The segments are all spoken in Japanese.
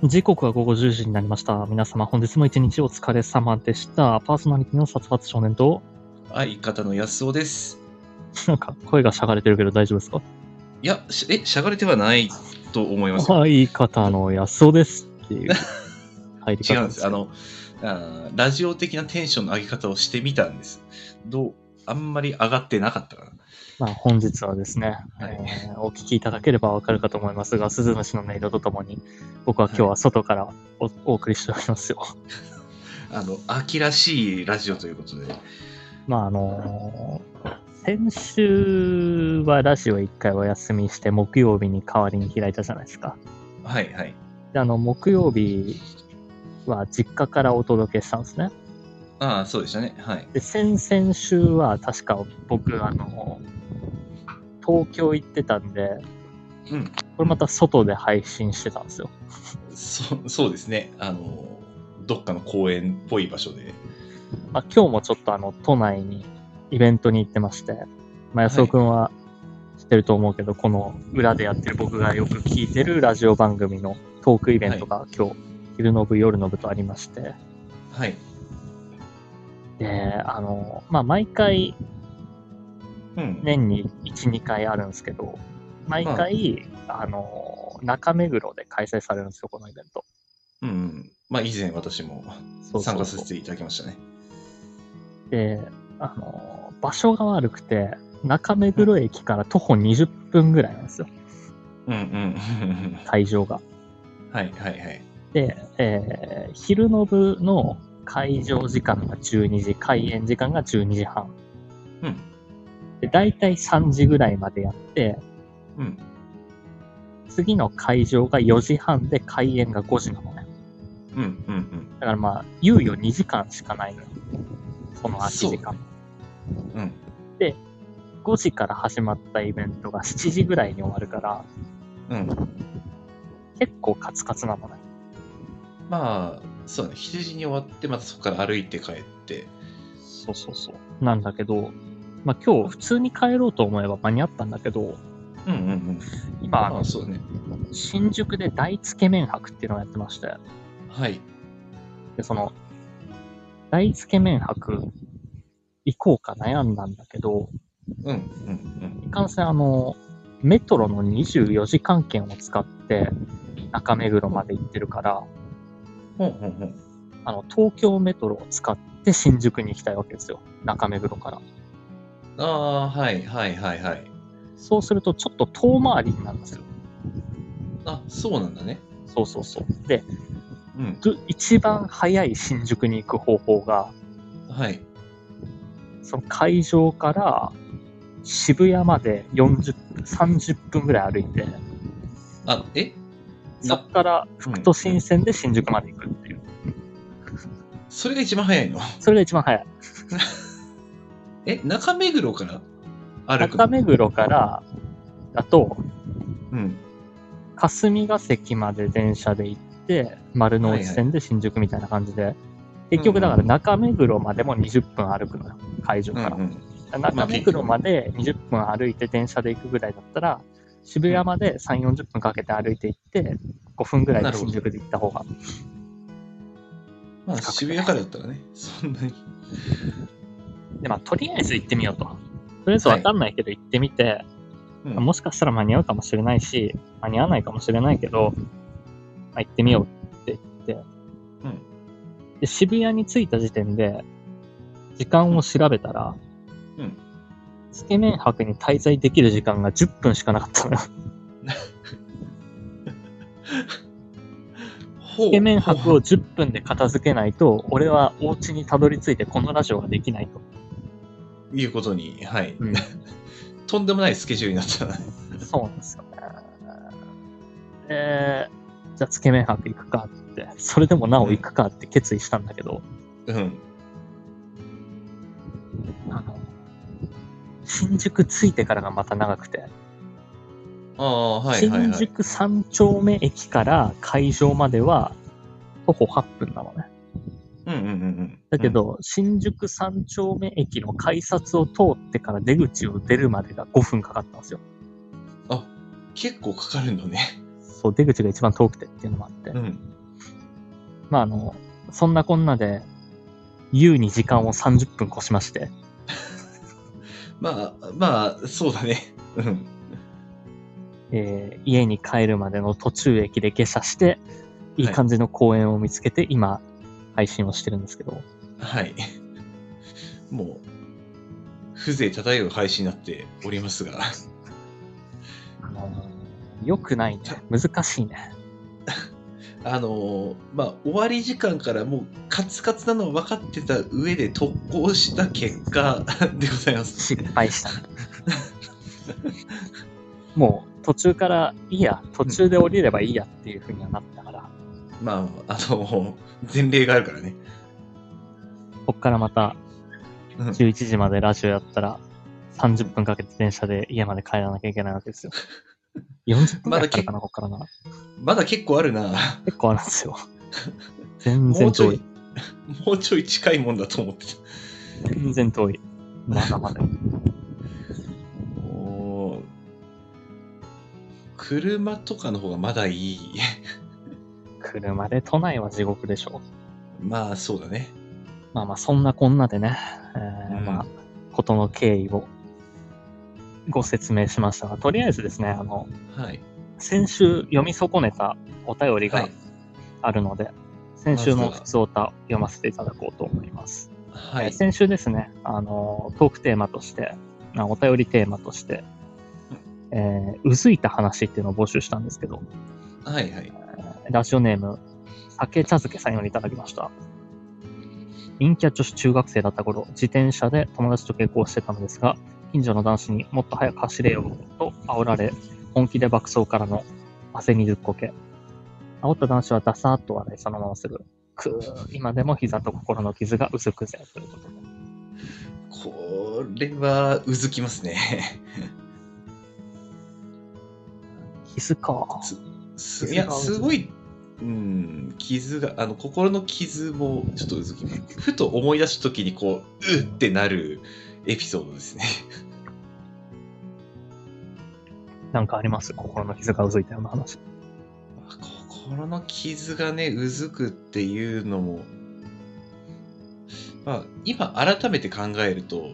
時刻は午後10時になりました。皆様、本日も一日お疲れ様でした。パーソナリティの殺伐少年と、 相方の安尾です。 なんか声がしゃがれてるけど大丈夫ですか？ いや、しゃがれてはないと思いますよ。 相方の安尾ですっていう入り違うんです。 方ですけど。 ラジオ的なテンションの上げ方をしてみたんです。あんまり上がってなかったかな。 まあ本日はですね、 はい。 お聞きいただければわかるかと思いますが、スズムシの音色とともに、僕は今日はい。 は外からお送りしておりますよ。 秋らしいラジオということで。 まあ先週はラジオ1回お休みして木曜日に代わりに開いたじゃないですか。 はいはい。 で、木曜日は実家からお届けしたんですね。 ああ、そうでしたね。はい。 で、先々週は確か僕、東京行ってたんで、 うん。 これまた外で配信してたんですよ。 そうですね。どっかの公園っぽい場所で。 まあ、今日もちょっと都内にイベントに行ってまして、まあ、安尾くんは知ってると思うけど、この裏でやってる僕がよく聞いてるラジオ番組のトークイベントが今日、昼の部、夜の部とありまして、 はい。 で、まあ、毎回うん。 年に1、2回あるんですけど、毎回、中目黒で開催されるんですよ、このイベント。 うん。まあ、以前私もそうそうそう。 参加させていただきましたね。 で、場所が悪くて、中目うん。 黒駅から徒歩20分ぐらいなんですよ、 うんうん。 会場が。 はいはいはい。 で、昼の部の会場時間が12時、開演時間が12時半。 うん。 で、だいたい3時ぐらいまでやって、 うん。 次の会場が4時半で開演が5時なのね。 うんうんだからまあ、猶予2時間しかないのよ。そうん。 の空き時間。 うん。 で、5時から始まったイベントが7時ぐらいに終わるから、 うん。 結構カツカツなのね。 まあ、そうね。7時に終わって、またそこから歩いて帰って。 そうそうそう。なんだけど、まあ今日普通に帰ろうと思えば間に合ったんだけど、 うんうんうん。 今まあ、そうだね。 新宿で大つけ麺博っていうのをやってまして、 はい。 で、その、大つけ麺博行こうか悩んだんだけど、 うんうんいかんせんメトロの24時間券を使って中目黒まで行ってるから、 うん。ほんほんほん。 東京メトロを使って新宿に行きたいわけですよ。中目黒から。 ああ、はいはいはいはい。 そうするとちょっと遠回りになるんですよ。 あ、そうなんだね。 そうそうそう。で、 うん。 一番早い新宿に行く方法が、 はい。 その会場から渋谷まで30分ぐらい歩いて、 あ、 そっから副都心線で新宿まで行くっていう。 それが一番早いの？ それが一番早い。 中目黒から歩くの？ 中目黒からだと、 うん。 霞が関まで電車で行って、丸のはいはい。 内線で新宿みたいな感じで、結局だから中目黒までも20分歩くのよ、会場から。 うんうん。ま中目あ結局ね。 黒まで20分歩いて電車で行くぐらいだったら、渋谷まで3、40分かけて歩いて行って、5分ぐらいでなるほど。 新宿で行った方がまあ近くて。 渋谷からだったらね、そんなに。 で、まあ、とりあえず行ってみようと。とりあえずはい。 わかんないけど行ってみて、 うん。 もしかしたら間に合うかもしれないし、間に合わないかもしれないけど、まあ、行ってみようって言って、 うん。 で、渋谷に着いた時点で、時間を調べたら、 うん。 つけ麺博に滞在できる時間が10分しかなかったのよ。つけ麺博を10分で片付けないと、俺はお家にたどり着いてこのラジオができないと。 いうことに、はい。 うん。 とんでもないスケジュールになったね。 そうなんですよね。じゃあつけ麺博行くかって、それでもなお行くかって決意したんだけど、 うん。 新宿着いてからがまた長くて、 ああ、はいはい新はい。 宿三丁目駅から会場までは徒歩8分なのね。 うんうんうんうん。 だけど、新宿三丁目駅の改札を通ってから出口を出るまでが5分かかったんですよ。 あ、結構かかるのね。 そう、出口が一番遠くてっていうのもあって。 うん。 まあそんなこんなで、優に時間を30分越しまして、 まあ、そうだね。うん。 家に帰るまでの途中駅で下車して、いい感じの公園を見つけて、今、配信をしてるんですけど。 はい。もう、風情漂う配信になっておりますが。 良くないね。難しいね。 終わり時間からもうカツカツなのは分かってた上で特攻した結果でございます。 失敗したね。もう途中からいいや、途中で降りればいいやっていう風にはなったから。 まあ、前例があるからね。 こっからまた11時までラジオやったら30分かけて電車で家まで帰らなきゃいけないわけですよ。40分くらいかかるかな、こっからな。 まだ結構あるな。 結構あるんですよ。全然遠い。 もうちょい近いもんだと思ってた。 全然遠い。まだまだ。 車とかの方がまだいい。 車で都内は地獄でしょ。 まあ、そうだね。 まあそんなこんなでね、まあ、ことの経緯をご説明しましたが、とりあえずですね、 はい。 先週読み損ねたお便りがあるので、先週の普通おた読ませていただこうと思います。 はい。 先週ですね、トークテーマとして、お便りテーマとして、うずいた話っていうのを募集したんですけど、 はいはい。 ラジオネーム、酒茶漬けさんよりいただきました。陰キャ女子中学生だった頃、自転車で友達と下校してたのですが、近所の男子にもっと早く走れよと煽られ、本気で爆走からの汗にずっこけ。煽った男子はダサーっと笑いそのままする。今でも膝と心の傷がうずくぜということで。 これはうずきますね。 傷か。 いや、すごい、傷が、心の傷もちょっとうずきます。ふと思い出したときに、うってなるエピソードですね。 なんかあります？心の傷がうずいたような話。 心の傷がね、うずくっていうのも、まあ、今改めて考えると、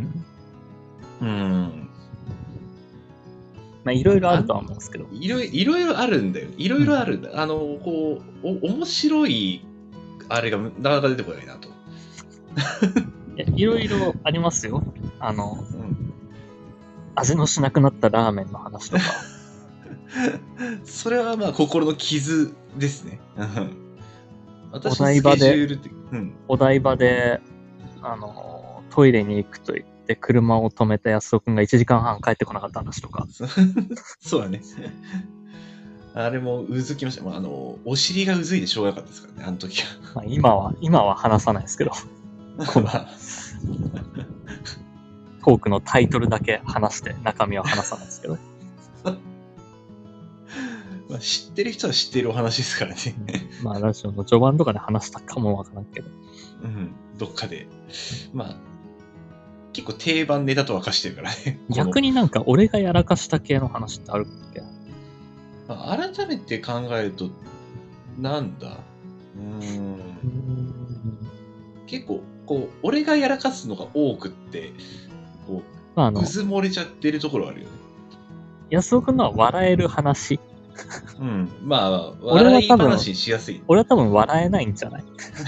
まあ、いろいろあるとは思うんですけど。 いろいろあるんだよ。いろいろあるんだ。面白い、あれがなかなか出てこないなと。 いろいろありますよ。味のしなくなったラーメンの話とか。 それはまあ、心の傷ですね。私お台場で、トイレに行くと言って車を止めた安尾くんが1時間半帰ってこなかった話とか。 そうだね。あれもうずきました。お尻がうずいでしょうがなかったですからね、あの時は。 まあ、今は話さないですけど。このトークのタイトルだけ話して中身は話さないですけど。 まあ、知ってる人は知ってるお話ですからね。 まあ、ラジオの序盤とかで話したかもわからんけど。 どっかで。まあ、結構定番ネタとは化してるからね。 逆になんか俺がやらかした系の話ってあるっけ？ 改めて考えると、なんだ結構、俺がやらかすのが多くって、うず漏れちゃってるところあるよね。 安尾くんのは笑える話。 まあ、笑い話しやすい。 俺は多分笑えないんじゃない？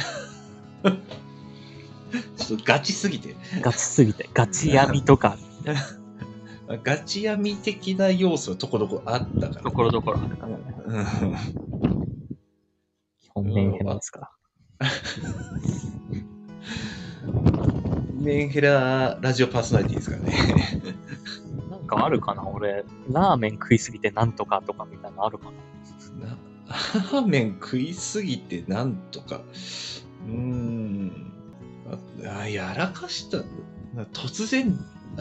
ちょっとガチすぎて。 ガチ闇とか。 ガチ闇的な要素はとこどこあったから。 ところどころあるからね。基本メンヘラですから。 メンヘララジオパーソナリティですからね。 なんかあるかな？俺、ラーメン食いすぎてなんとかとかみたいなのあるかな？ ラーメン食いすぎてなんとか。やらかした。突然、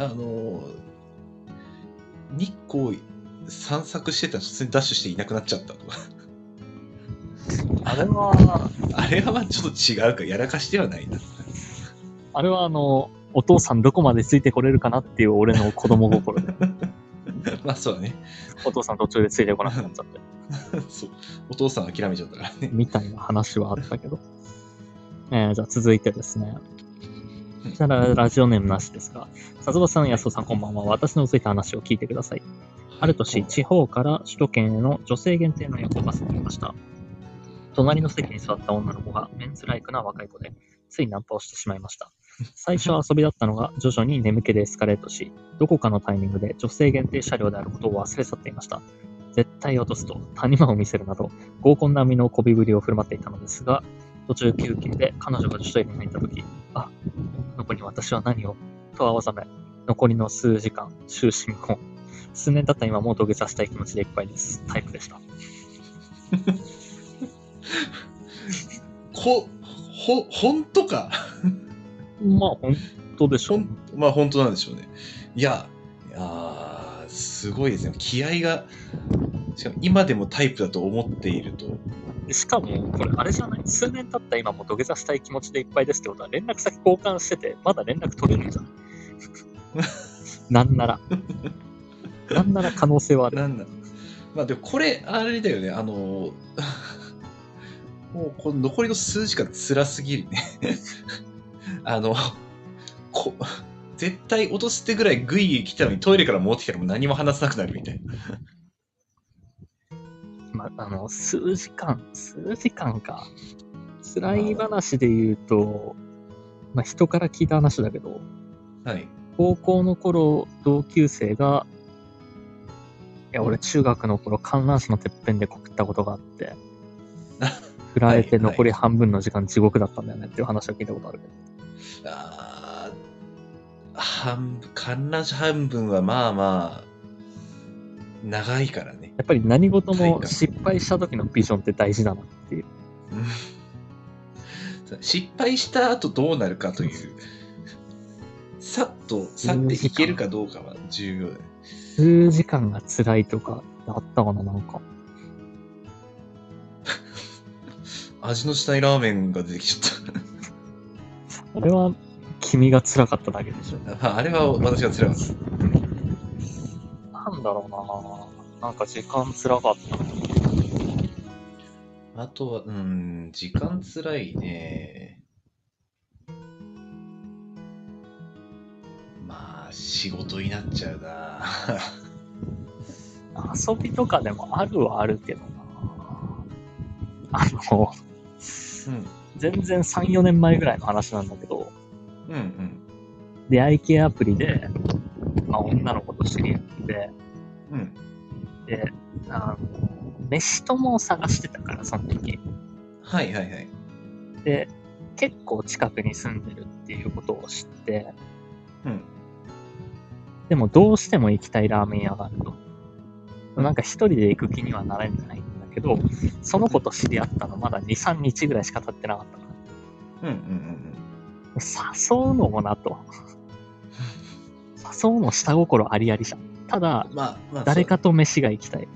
日光散策してたら突然ダッシュしていなくなっちゃったとか。あれはまあちょっと違うか、やらかしてはないな。 あれはお父さんどこまでついてこれるかなっていう俺の子供心で。 まあそうだね。 お父さん途中でついてこなくなっちゃって。 そう。お父さん諦めちゃったからね。 みたいな話はあったけど。じゃあ続いてですね。こちらラジオネームなしですが、佐々さん、安尾さん、こんばんは。私のついた話を聞いてください。ある年、地方から首都圏への女性限定の夜行バスに乗りました。隣の席に座った女の子がメンズライクな若い子で、ついナンパをしてしまいました。最初は遊びだったのが徐々に眠気でエスカレートし、どこかのタイミングで女性限定車両であることを忘れ去っていました。絶対落とすと谷間を見せるなど、合コン並みのこびぶりを振る舞っていたのですが、途中休憩で彼女が女子トイレに入ったとき、あ、女の子に私は何をと青ざめ、残りの数時間、就寝後、数年経った今も土下座したい気持ちでいっぱいです。タイプでした。 本当かまあ本当でしょう。 まあ本当なんでしょうね。いやすごいですね。気合が、しかも今でもタイプだと思っていると。 しかもこれあれじゃない、数年経った今も土下座したい気持ちでいっぱいですってことは連絡先交換しててまだ連絡取れるんじゃないなんなら可能性はある。 まあでもこれあれだよね、もうこの残りの数時間辛すぎるね絶対落とすってぐらいグイグイ来たのにトイレから戻ってきたらもう何も話さなくなるみたいな。 まあ、数時間か。辛い話で言うと、まあ人から聞いた話だけど、 はい。 高校の頃同級生が、いや俺中学の頃観覧車のてっぺんで告ったことがあって、振られて残り半分の時間地獄だったんだよねっていう話を聞いたことあるけど。 観覧車半分はまあまあ長いからね。 やっぱり何事も失敗した時のビジョンって大事だなっていう。 失敗した後どうなるかというさっと去っていけるかどうかは重要だね。 数時間が辛いとかあったかな、なんか。 味のしないラーメンが出てきちゃったあれは君が辛かっただけでしょ。 あれは私が辛かった。 なんだろうな、なんか時間辛かった。 あとは、時間辛いね。まあ、仕事になっちゃうな。 遊びとかでもあるはあるけどな。全然3、4年前ぐらいの話なんだけど、出会い系アプリで、まあ、女の子と知り合って、で、飯友を探してたから、その時。で、結構近くに住んでるっていうことを知って、でもどうしても行きたいラーメン屋があると。なんか一人で行く気にはなれないんだけど、その子と知り合ったのまだ2、3日ぐらいしか経ってなかったから。誘うのもなと。誘うの下心ありありじゃん。ただ、誰かと飯が行きたい。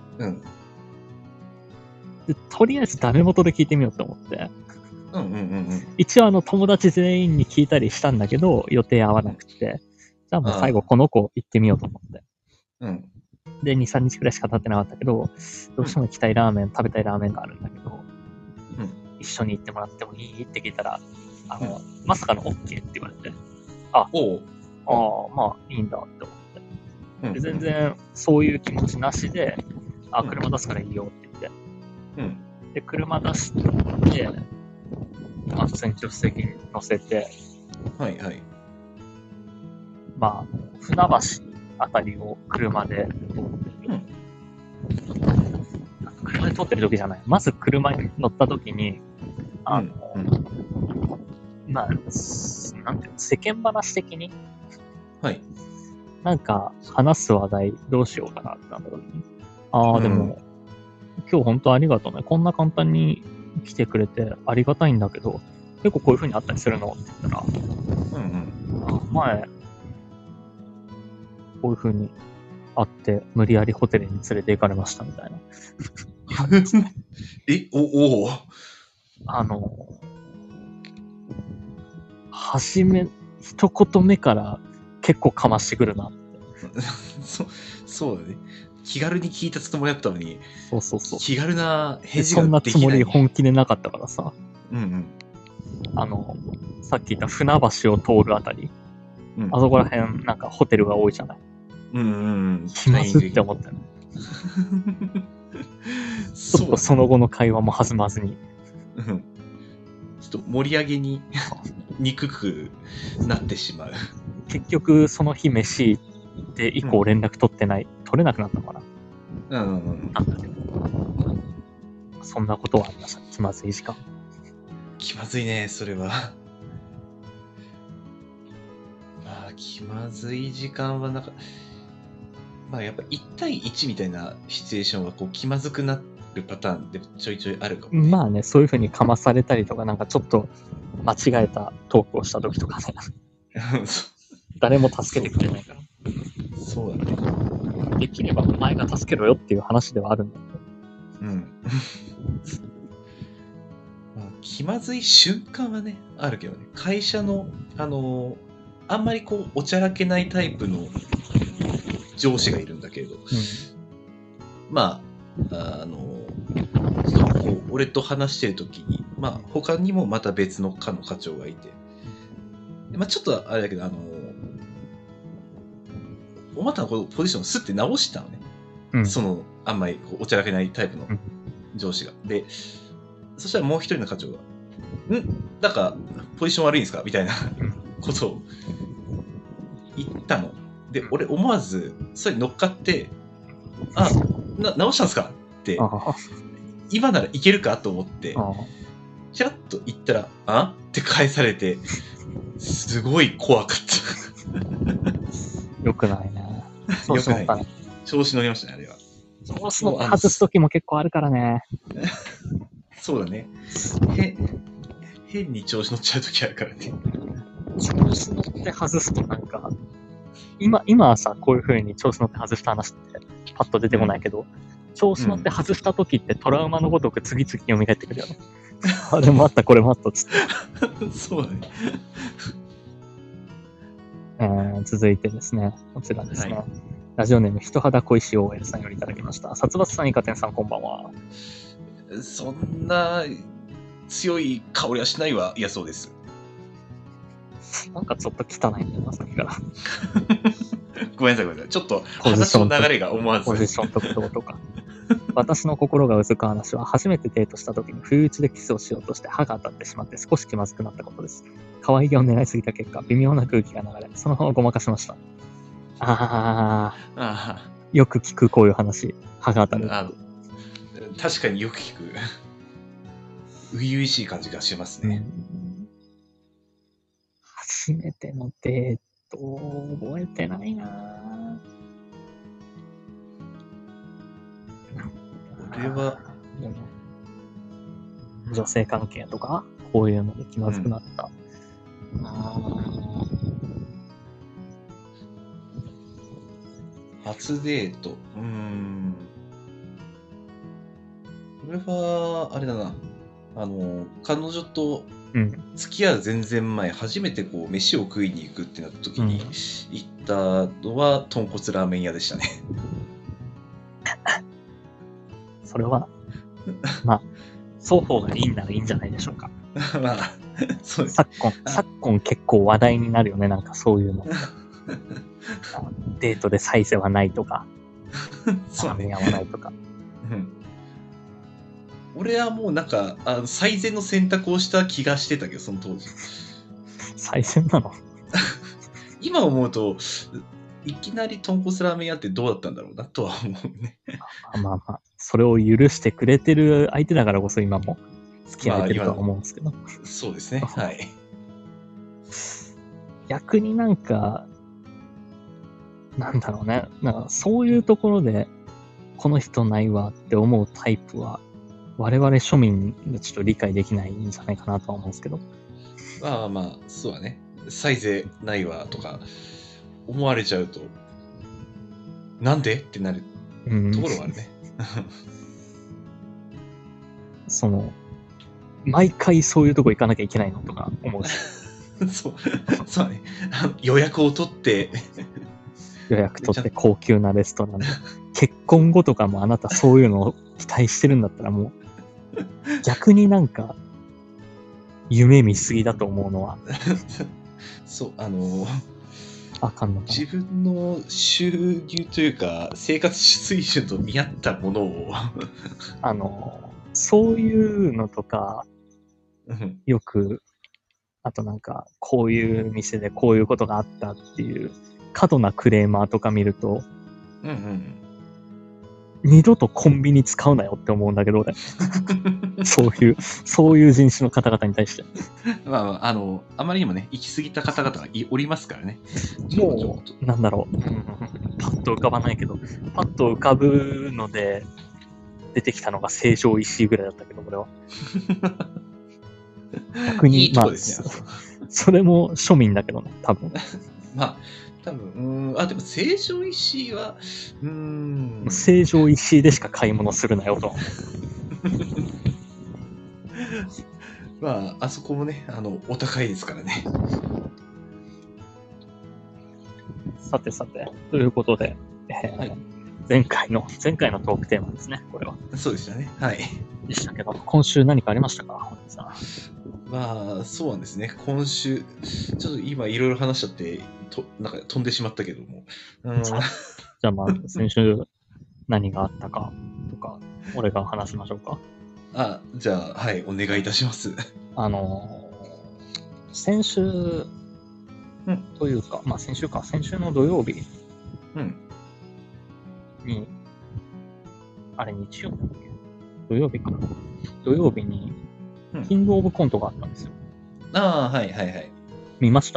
でとりあえずダメ元で聞いてみようと思って。一応友達全員に聞いたりしたんだけど、予定合わなくて。じゃあもう最後この子行ってみようと思って。で、2、3日くらいしか経ってなかったけど、どうしても行きたいラーメン、食べたいラーメンがあるんだけど、一緒に行ってもらってもいいって聞いたら、まさかの OK って言われて、まあいいんだって思って。で全然そういう気持ちなしで、車出すからいいよって言って。で、車出して、普通に助手席に乗せて、まあ、船橋あたりを車で通ってる。車で通ってる時じゃない。まず車に乗った時に、まあ、なんていうの、世間話的に、なんか話す話題どうしようかなってなった時に、でも、今日本当ありがとうね。こんな簡単に来てくれてありがたいんだけど、結構こういう風にあったりするのって言ったら、前、こういう風に会って無理やりホテルに連れて行かれましたみたいな。一言目から結構かましてくるなって。 そうだね。 気軽に聞いたつもりだったのに、 そうそうそう。 気軽な返事そんなつもができない。 り本気でなかったからさ、 うんさっき言った船橋を通るあたり、 うん。うんあそこら辺なんかホテルが多いじゃない。 うんうんうん。 気まずって思ったよね。ちょっとその後の会話も弾まずに。 うん。ちょっと盛り上げににくくなってしまう。 結局その日飯で以降連絡取ってない、取れなくなったのかな。 うんうんうん。 なんだけど。そんなことはありました。気まずい時間。 気まずいね、それは。気まずい時間はなんか、まあやっぱ1対1みたいなシチュエーションはこう気まずくなるパターンでちょいちょいあるかもね。 まあね、そういう風にかまされたりとか、なんかちょっと間違えたトークをした時とかね、誰も助けてくれないから。 そうだね。 できればお前が助けろよっていう話ではあるんだけど。 うん。まあ、気まずい瞬間はね、あるけどね。会社の、あんまりこう、おちゃらけないタイプの上司がいるんだけれど、まあ、ちょっとこう、俺と話してるときに、まあ、他にもまた別の課の課長がいて、まあ、ちょっとあれだけど、おまたのこのポジションをスッて直したのね。 うん。 その、あんまりこうおちゃらけないタイプの上司が。で、そしたらもう一人の課長が、なんか、ポジション悪いんですかみたいなことを言ったの。で、俺思わず、それに乗っかって、直したんですかって、今ならいけるかと思って、ちらっと言ったら、って返されて、すごい怖かった。 よくないね。 よくないね。調子乗りましたね、あれは。 調子乗って外すときも結構あるからね。 そうだね。変に調子乗っちゃうときあるからね。 調子乗って外すとなんか、今はさ、こういう風に調子乗って外した話ってパッと出てこないけど、調子乗って外したときってトラウマのごとく次々蘇ってくるよね。あれもあった、これもあったっつって。 そうだね。 続いてですね、こちらですね。 はい、 ラジオネーム、人肌恋しい OL さんよりいただきました。殺伐さん、イカ天さん、こんばんは。 そんな強い香りはしないわ。いや、そうです。 なんかちょっと汚いんだよな、さっきから。 ごめんなさい。ちょっと話の流れが思わず。 ポジションとかどうとか。私の心がうずく話は、初めてデートした時に不意打ちでキスをしようとして歯が当たってしまって少し気まずくなったことです。可愛げを狙いすぎた結果、微妙な空気が流れ、そのままごまかしました。よく聞くこういう話。歯が当たる。 確かによく聞く。初々しい感じがしますね。 初めてのデート覚えてないな。 俺は女性関係とかこういうので気まずくなった。 初デート。俺はあれだな。彼女と付き合う全然前、初めてこう飯を食いに行くってなった時に行ったのは豚骨ラーメン屋でしたね。 それはまあ双方がいいんならいいんじゃないでしょうか。 まあそうです。 昨今結構話題になるよね、なんかそういうの。デートでサイゼはないとか、ラーメン屋はないとか。 俺はもうなんか最善の選択をした気がしてたけど、その当時。 最善なの？ 今思うといきなり豚骨ラーメン屋ってどうだったんだろうなとは思うね。 まあそれを許してくれてる相手だからこそ今も付き合えてるとは思うんですけど。 そうですね。はい。 逆になんかなんだろうね。なんかそういうところでこの人ないわって思うタイプは我々庶民がちょっと理解できないんじゃないかなとは思うんですけど。 まあそうだね。サイゼないわとか思われちゃうとなんでってなるところはあるね。 毎回そういうとこ行かなきゃいけないのとか思うし。 そうね。予約を取って高級なレストランで結今後とかもあなたそういうのを期待してるんだったらもう、逆になんか、夢見すぎだと思うのは、 そう、 あかんのか自分の収入というか、生活水準と見合ったものを、 な。そういうのとか、 うんよく、あとなんか、こういう店でこういうことがあったっていう、過度なクレーマーとか見ると、 うんうん二度とコンビニ使うなよって思うんだけど、俺。そういう人種の方々に対して。 まあまあ、あまりにもね、行き過ぎた方々がおりますからね。 もう、なんだろう。パッと浮かばないけど、パッと浮かぶので、出てきたのが成城石井ぐらいだったけど、俺は。逆に、 いいとこですね。 それも庶民だけどね、多分。 まあ、多分、でも成城石井は、 成城石井でしか買い物するなよと。 まあ、あそこもね、お高いですからね。 さてさて、ということで、 はい、 前回のトークテーマですね、これは。 そうでしたね。はい。 でしたけど、今週何かありましたか、本日さん。 まあ、そうなんですね。今週、ちょっと今いろいろ話しちゃって、なんか飛んでしまったけども。 じゃあまあ、先週何があったかとか、俺が話しましょうか。 じゃあ、はい、お願いいたします。 先週、というか、まあ先週の土曜日に、あれ日曜日だっけ？土曜日かな。土曜日に、キングオブコントがあったんですよ。 はいはいはい。 見ました？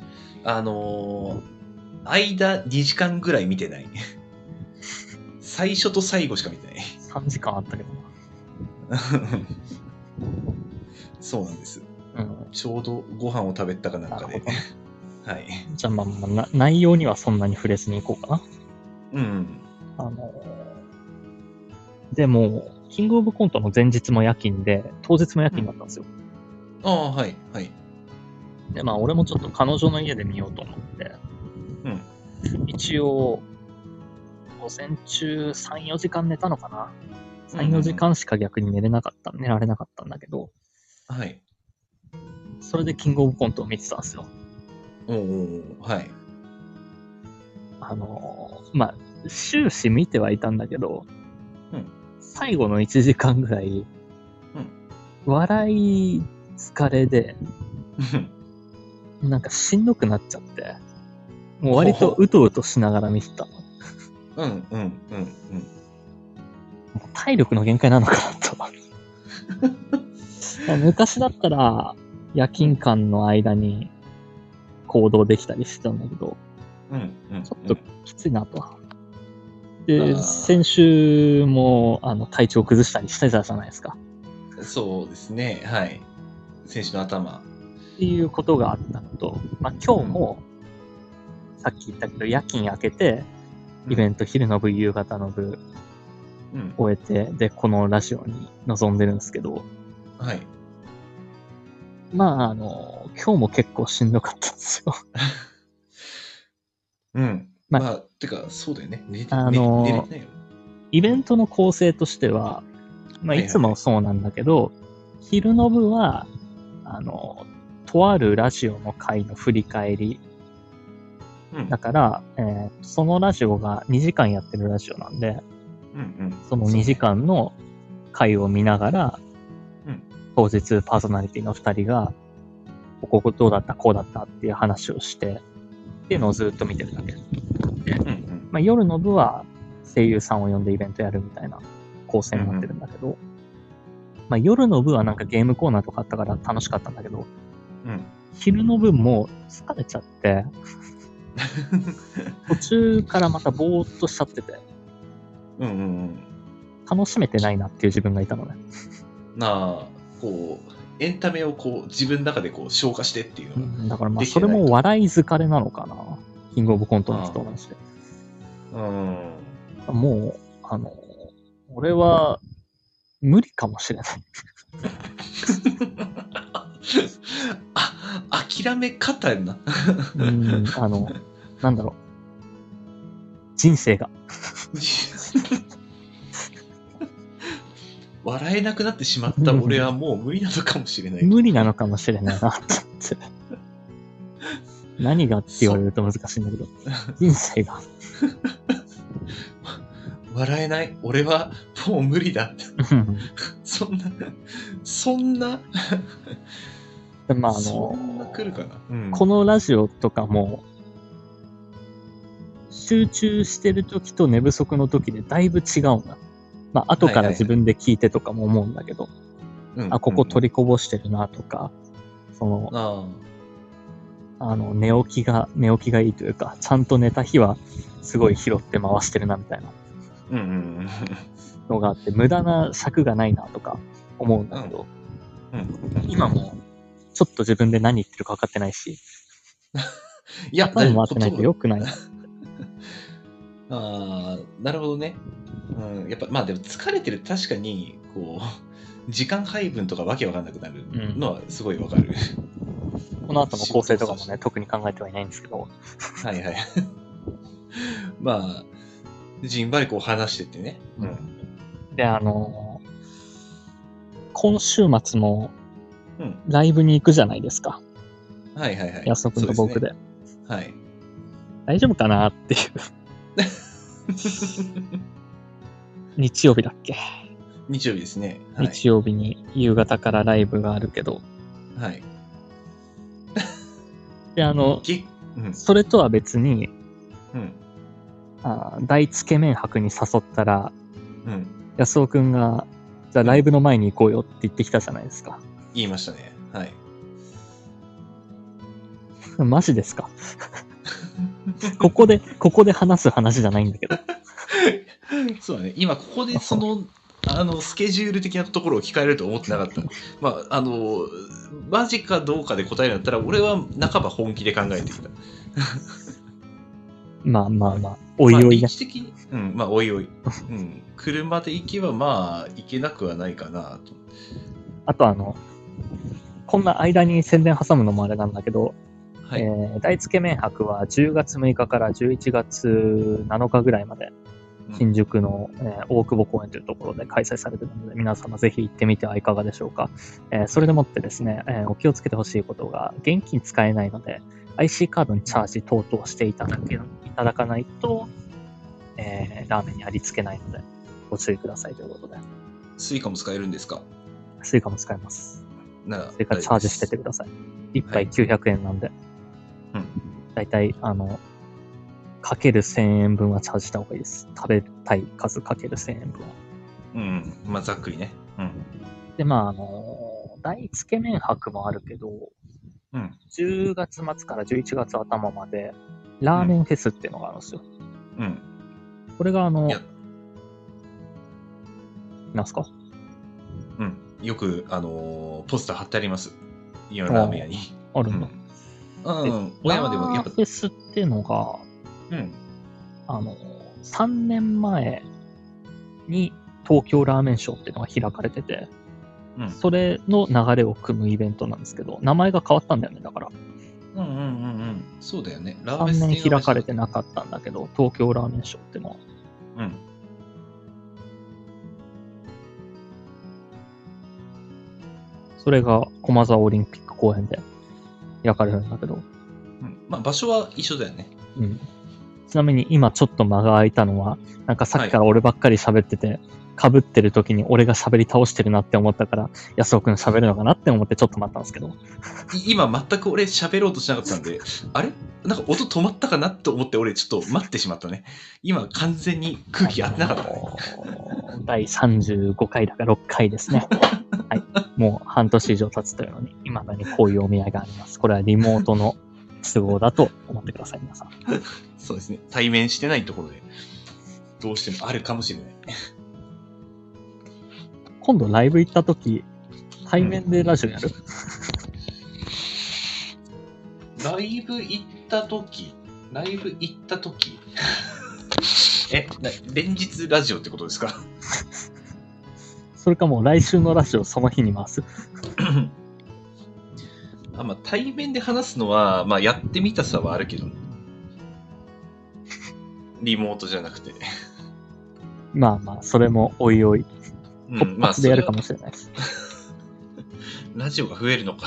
間2時間ぐらい見てない。最初と最後しか見てない。 3時間あったけどな。 そうなんです。ちょうどご飯を食べたかなんかで。はい。 じゃあまあ、内容にはそんなに触れずにいこうかな。でも、キングオブコントの前日も夜勤で、当日も夜勤だったんですよ。 はいはい。 で、まあ俺もちょっと彼女の家で見ようと思って、一応、午前中3、4時間寝たのかな。3、4時間しか逆に寝られなかったんだけど、 はい。 それでキングオブコントを見てたんですよ。 はい。 まあ、終始見てはいたんだけど、最後の1時間ぐらい、笑い疲れで、なんかしんどくなっちゃって、もう割とうとうとしながら見てた。体力の限界なのかなと。昔だったら、夜勤間の間に行動できたりしてたんだけど、ちょっときついなと。で、先週も体調崩したりしてたじゃないですか。 そうですね、はい。先週の頭。 っていうことがあったのと、まあ今日も、さっき言ったけど、夜勤明けて、イベント昼の部、夕方の部、終えて、で、このラジオに臨んでるんですけど、 はい。 まあ、今日も結構しんどかったんですよ。 まあ、てか、そうだよね。寝れてないよね。 イベントの構成としては、まあ、いつもそうなんだけど、昼の部は、とあるラジオの回の振り返り。だから、そのラジオが2時間やってるラジオなんで、その2時間の回を見ながら、当日パーソナリティの2人が、ここどうだった、こうだったっていう話をして、っていうのをずっと見てるだけ。で、まあ、夜の部は声優さんを呼んでイベントやるみたいな構成になってるんだけど、まあ、夜の部はなんかゲームコーナーとかあったから楽しかったんだけど、昼の部も疲れちゃって、途中からまたぼーっとしちゃってて、楽しめてないなっていう自分がいたのね。 こう、エンタメをこう自分の中でこう消化してっていうのが、 だからまあそれも笑い疲れなのかな。キングオブコントの人なんして。もう、俺は無理かもしれない。 諦め方やな。 なんだろう。人生が。 笑えなくなってしまった俺はもう無理なのかもしれない。 無理なのかもしれないなって。何がって言われると難しいんだけど、人生が。 笑えない。俺はもう無理だって。そんなまあそんな来るかな、うん、 このラジオとかも、集中してる時と寝不足の時でだいぶ違うな。まあ、後から自分で聞いてとかも思うんだけど、あ、ここ取りこぼしてるなとか、寝起きがいいというか、ちゃんと寝た日はすごい拾って回してるなみたいなのがあって、無駄な尺がないなとか思うんだけど、今もちょっと自分で何言ってるか分かってないし、 いや、 頭回ってないと良くないな。 なるほどね。やっぱまあでも疲れてると確かにこう時間配分とかわけわかんなくなるのはすごいわかる。 この後の構成とかもね、特に考えてはいないんですけど。 はいはい。まあ、じんばりこう話してってね。 で、今週末もライブに行くじゃないですか。 はいはいはい。 安野くんと僕で。 はい。 大丈夫かなっていう。日曜日だっけ？ 日曜日ですね。 日曜日に夕方からライブがあるけど。 はい。 で、それとは別に、大つけ麺博に誘ったら、安尾くんが、じゃあライブの前に行こうよって言ってきたじゃないですか。 言いましたね。はい。 マジですか？ここで話す話じゃないんだけど。 そうだね。今ここでスケジュール的なところを聞かれると思ってなかった。まあ、マジかどうかで答えるんだったら、俺は半ば本気で考えてきた。 まあ、おいおいね。 歴史的に、まあ、おいおい。車で行けば、まあ、行けなくはないかなと。 あとこんな間に宣伝挟むのもあれなんだけど、はい、大つけ麺博は10月6日から11月7日ぐらいまで、新宿の、大久保公園というところで開催されているので、皆様ぜひ行ってみてはいかがでしょうか。それでもってですね、お気をつけてほしいことが、現金使えないので、IC カードにチャージ等々していただかないと、ラーメンにありつけないので、ご注意くださいということで。 スイカも使えるんですか？ スイカも使えます。スイカチャージしててください。1杯900円なんで。だいたい、かける1000円分はチャージした方がいいです。食べたい数かける1000円分は。 まあ、ざっくりね。 で、まあ、大つけ麺博もあるけど、10月末から11月頭まで、ラーメンフェスっていうのがあるんですよ。これがなんすか？ よく、ポスター貼ってあります。今のラーメン屋に。 あるんだ。 小山でもやっぱ。 ラーフェスっていうのが、3年前に東京ラーメンショーっていうのが開かれてて、それの流れを組むイベントなんですけど、名前が変わったんだよね、だから。 そうだよね。 ラーメン3年開かれてなかったんだけど、東京ラーメンショーっていうのは。それが駒沢オリンピック公園で開かれるんだけど。 まあ場所は一緒だよね。 ちなみに今ちょっと間が空いたのは、なんかさっきから俺ばっかり喋ってて、被ってる時に俺が喋り倒してるなって思ったから、安尾くん喋るのかなって思ってちょっと待ったんですけど。 今全く俺喋ろうとしなかったんで、あれなんか音止まったかなと思って俺ちょっと待ってしまったね。今完全に空気合ってなかったね。 第35回だか6回ですね。はい。もう半年以上経つというのに、未だにこういうお見合いがあります。これはリモートの都合だと思ってください、皆さん。 そうですね。対面してないところで、どうしてもあるかもしれない。 今度ライブ行った時、対面でラジオやる？ ライブ行った時連日ラジオってことですか？ それかもう来週のラジオその日に回す？ まあ、対面で話すのは、まあ、やってみたさはあるけど、リモートじゃなくて。 まあまあ、それもおいおい、突まあ、 発でやるかもしれないです。 ラジオが増えるのか。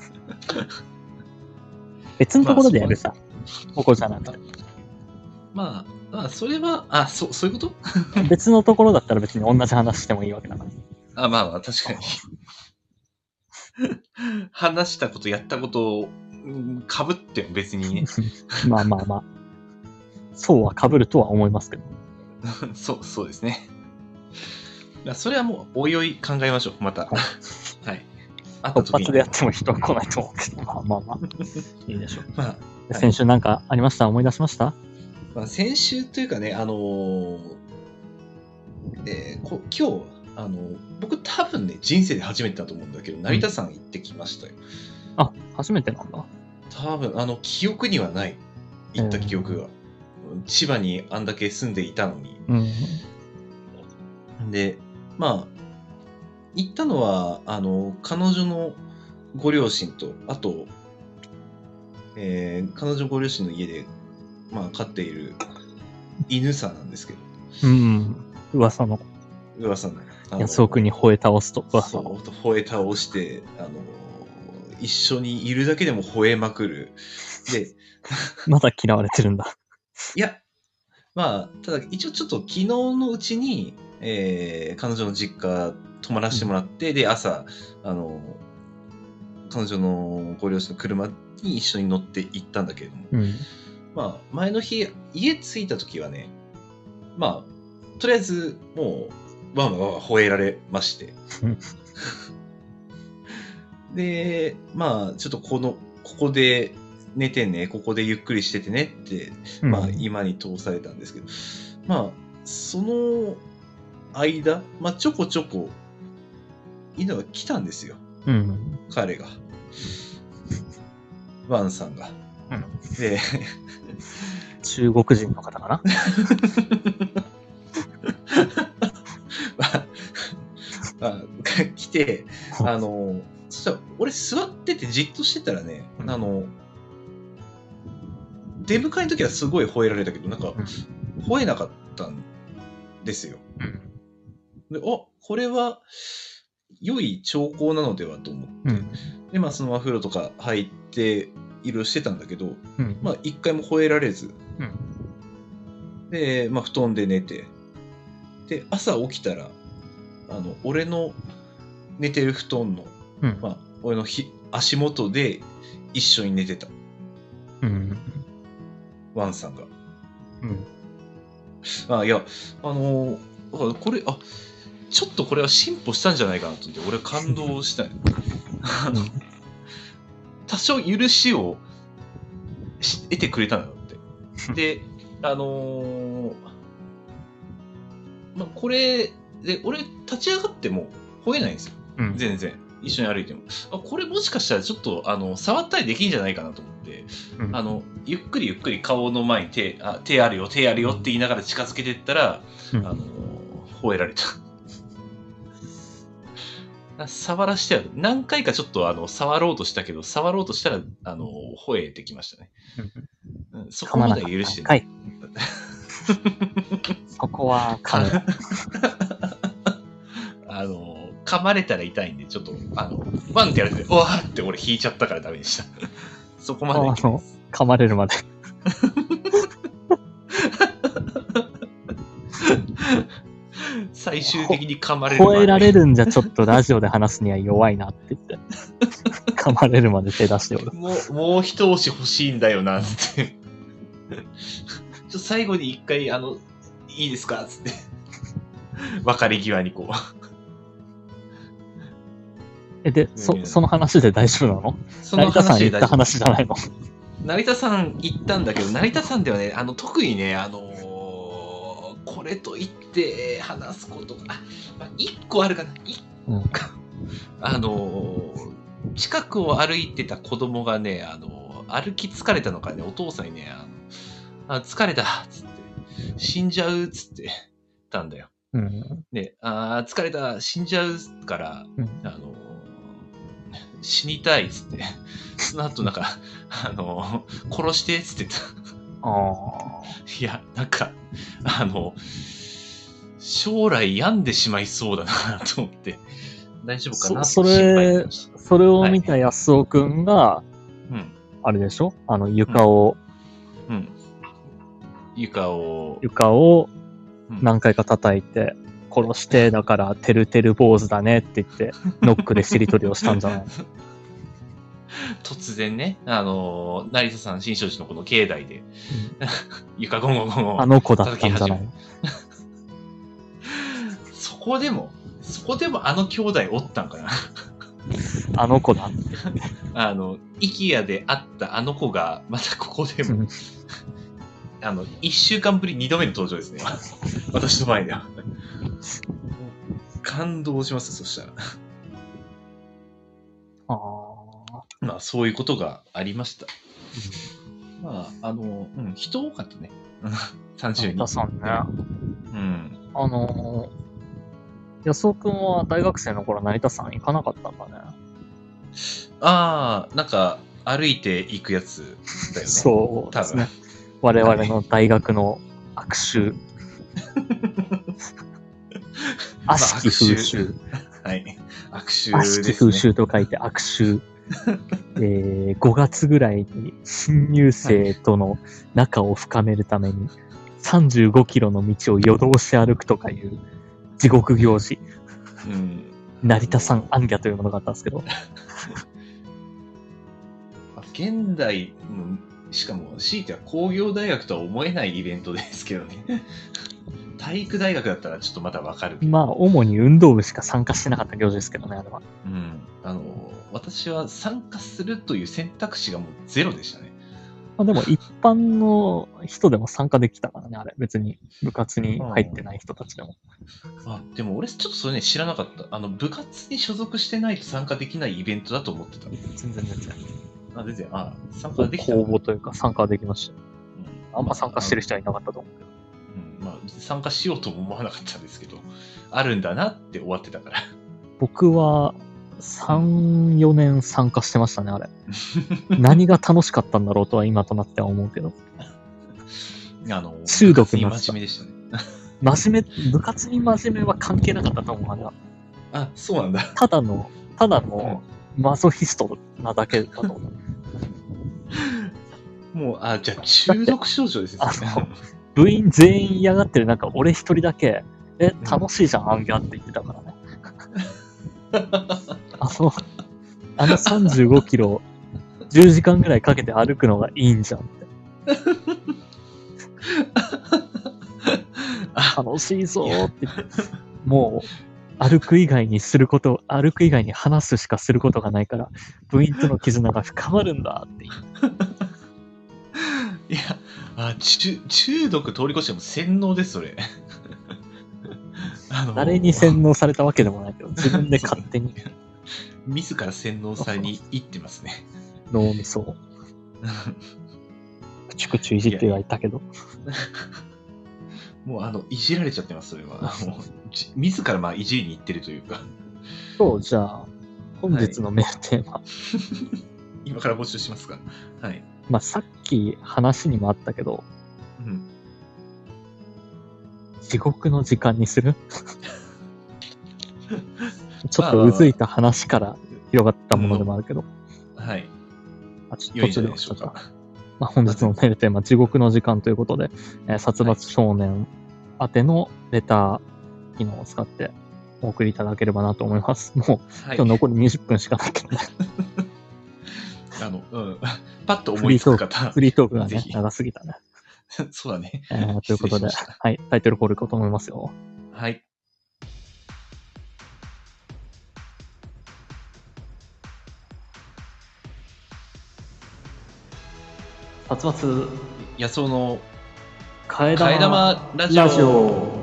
別のところでやるさ。ここじゃなくて。 まあ、それは、そういうこと別のところだったら別に同じ話してもいいわけだから。 まあ、確かに。話したこと、やったことを、かぶっても別にね。 まあまあまあ。そうは被るとは思いますけど。 そうですね。それはもう、おいおい考えましょう、また。はい。 突発でやっても人は来ないと思うけど、まあまあまあ。いいでしょう。 まあ、 先週なんかありました？思い出しました？ 先週というかね、今日、僕多分ね、人生で初めてだと思うんだけど、成田山行ってきましたよ。 あ、初めてなんだ。 多分、記憶にはない。行った記憶が。千葉にあんだけ住んでいたのに。で、まあ、行ったのは、彼女のご両親と、あと、彼女ご両親の家で、まあ、飼っている犬さんなんですけど。 噂の。安尾君に吠え倒すと。 そう、吠え倒して、一緒にいるだけでも吠えまくる。で、 まだ嫌われてるんだ。 いや、まあ、ただ一応ちょっと昨日のうちに、彼女の実家泊まらせてもらって、で、朝、彼女のご両親の車に一緒に乗って行ったんだけれども、まあ、前の日、家着いた時はね、まあ、とりあえず、もう、わんわん吠えられまして。で、まあ、ちょっとここで寝てね、ここでゆっくりしててねって、まあ、今に通されたんですけど、まあ、その間、まあ、ちょこちょこ、犬が来たんですよ。彼が。ワンさんが。で、 中国人の方かな来て、そしたら、俺座っててじっとしてたらね、出迎えの時はすごい吠えられたけど、なんか、吠えなかったんですよ。で、これは、良い兆候なのではと思って、で、まあ、そのお風呂とか入って、いろいろしてたんだけど、まあ、一回も吠えられず、で、まあ、布団で寝て、で、朝起きたら、俺の寝てる布団の、まあ、俺の足元で一緒に寝てた。ワンさんが。いや、これ、ちょっとこれは進歩したんじゃないかなと思って、俺感動したよ。多少許しを得てくれたんだって。で、まあ、これで、俺立ち上がっても吠えないんですよ。全然。一緒に歩いても。これもしかしたらちょっと、触ったりできんじゃないかなと思って、ゆっくり顔の前に手あるよって言いながら近づけていったら、吠えられた。触らしては何回かちょっと触ろうとしたけど、触ろうとしたら吠えてきましたね。そこまでは許してない。 そこは噛む。 噛まれたら痛いんで、ちょっとバンってやられて、うわーって俺引いちゃったからダメでした。そこまで噛まれるまで。 最終的に噛まれるまで。吠えられるんじゃちょっとラジオで話すには弱いなって言って。噛まれるまで手出しておる。 もう一押し欲しいんだよな、つって。最後に一回、いいですかつって。別れ際にこう。 で、その話で大丈夫なの？ その話で成田山行った話じゃないの？ 成田山行ったんだけど、成田山ではね、特にね、これと言って話すことが、1個あるかな。近くを歩いてた子供がね、歩き疲れたのかね、お父さんにね、疲れたっつって、死んじゃうっつってたんだよ。で、疲れた、死んじゃうから、死にたいっつって、その後なんか、殺してっつってた。いや、なんか、 将来病んでしまいそうだなと思って、大丈夫かなとそ心配になりれました。 それを見た安尾くんが、 うん。 あれでしょ、床をうん。床を何回か叩いて、殺してだからてるてる坊主だねって言って、ノックでしりとりをしたんじゃない突然ね、成田山新勝寺のこの境内で、床ゴンゴンゴンゴンあの子だったんじゃないそこでもあの兄弟おったんかなあの子だって。 IKEA で会ったあの子が、またここでも、1週間ぶり2度目の登場ですね。私の前では。感動します、そしたら。まあ、そういうことがありました。まあ、人多かったね。30人。 さんね。 うん。 安尾くんは大学生の頃成田山行かなかったんだね。 ああ、なんか、歩いて行くやつだよね。 そうですね。我々の大学の悪臭。悪しき風習。 はい。悪臭ですね。 悪しき風習と書いて悪臭。5月ぐらいに新入生との仲を深めるために35キロの道を夜通し歩くとかいう地獄行事。成田山行脚というものがあったんですけど。 現代の、しかも強いては工業大学とは思えないイベントですけどね。体育大学だったらちょっとまだわかるけど。 まあ、主に運動部しか参加してなかった行事ですけどね、あれは。 私は参加するという選択肢がもうゼロでしたね。 まあ、でも一般の人でも参加できたからね、あれ。別に部活に入ってない人たちでも。 でも俺ちょっとそれね、知らなかった。部活に所属してないと参加できないイベントだと思ってた。 全然。 全然。参加できた。 公募というか参加できました。あんま参加してる人はいなかったと思うけど。 参加しようとも思わなかったんですけど、あるんだなって終わってたから。 僕は3、4年参加してましたね、あれ。何が楽しかったんだろうとは今となっては思うけど。中毒になった。 真面目でしたね。 部活に真面目は関係なかったと思う、あれは。 そうなんだ。 ただのマゾヒストなだけだと思う。 もう、じゃあ中毒症状ですね。 部員全員嫌がってる中、俺一人だけ、楽しいじゃん、アンギャって言ってたからね。35キロ、10時間ぐらいかけて歩くのがいいんじゃんって。楽しいぞーって言って、もう、歩く以外に話すしかすることがないから、部員との絆が深まるんだって言って。 いや、中毒通り越しても洗脳です、それ。 誰に洗脳されたわけでもないけど、自分で勝手に。 自ら洗脳されに行ってますね。 脳みそを。くちゅくちゅいじってはいたけど。 もういじられちゃってます、それは。もう自らいじりに行ってるというか。 そう、じゃあ、本日のメールテーマ。 今から募集しますか。はい。 さっき話にもあったけど、地獄の時間にするちょっとうずいた話から広がったものでもあるけど。 はい。 ちょっと途中でしょうか。本日のメールテーマ、地獄の時間ということで、殺伐少年宛てのレター機能を使ってお送りいただければなと思います。もう、今日残り20分しかないけどね。 パッと思いつく方。 フリートークがね、長すぎたね。 そうだね。 ということで、はい、タイトルコールいこうと思いますよ。 はい。 殺伐安尾の替え玉ラジオ。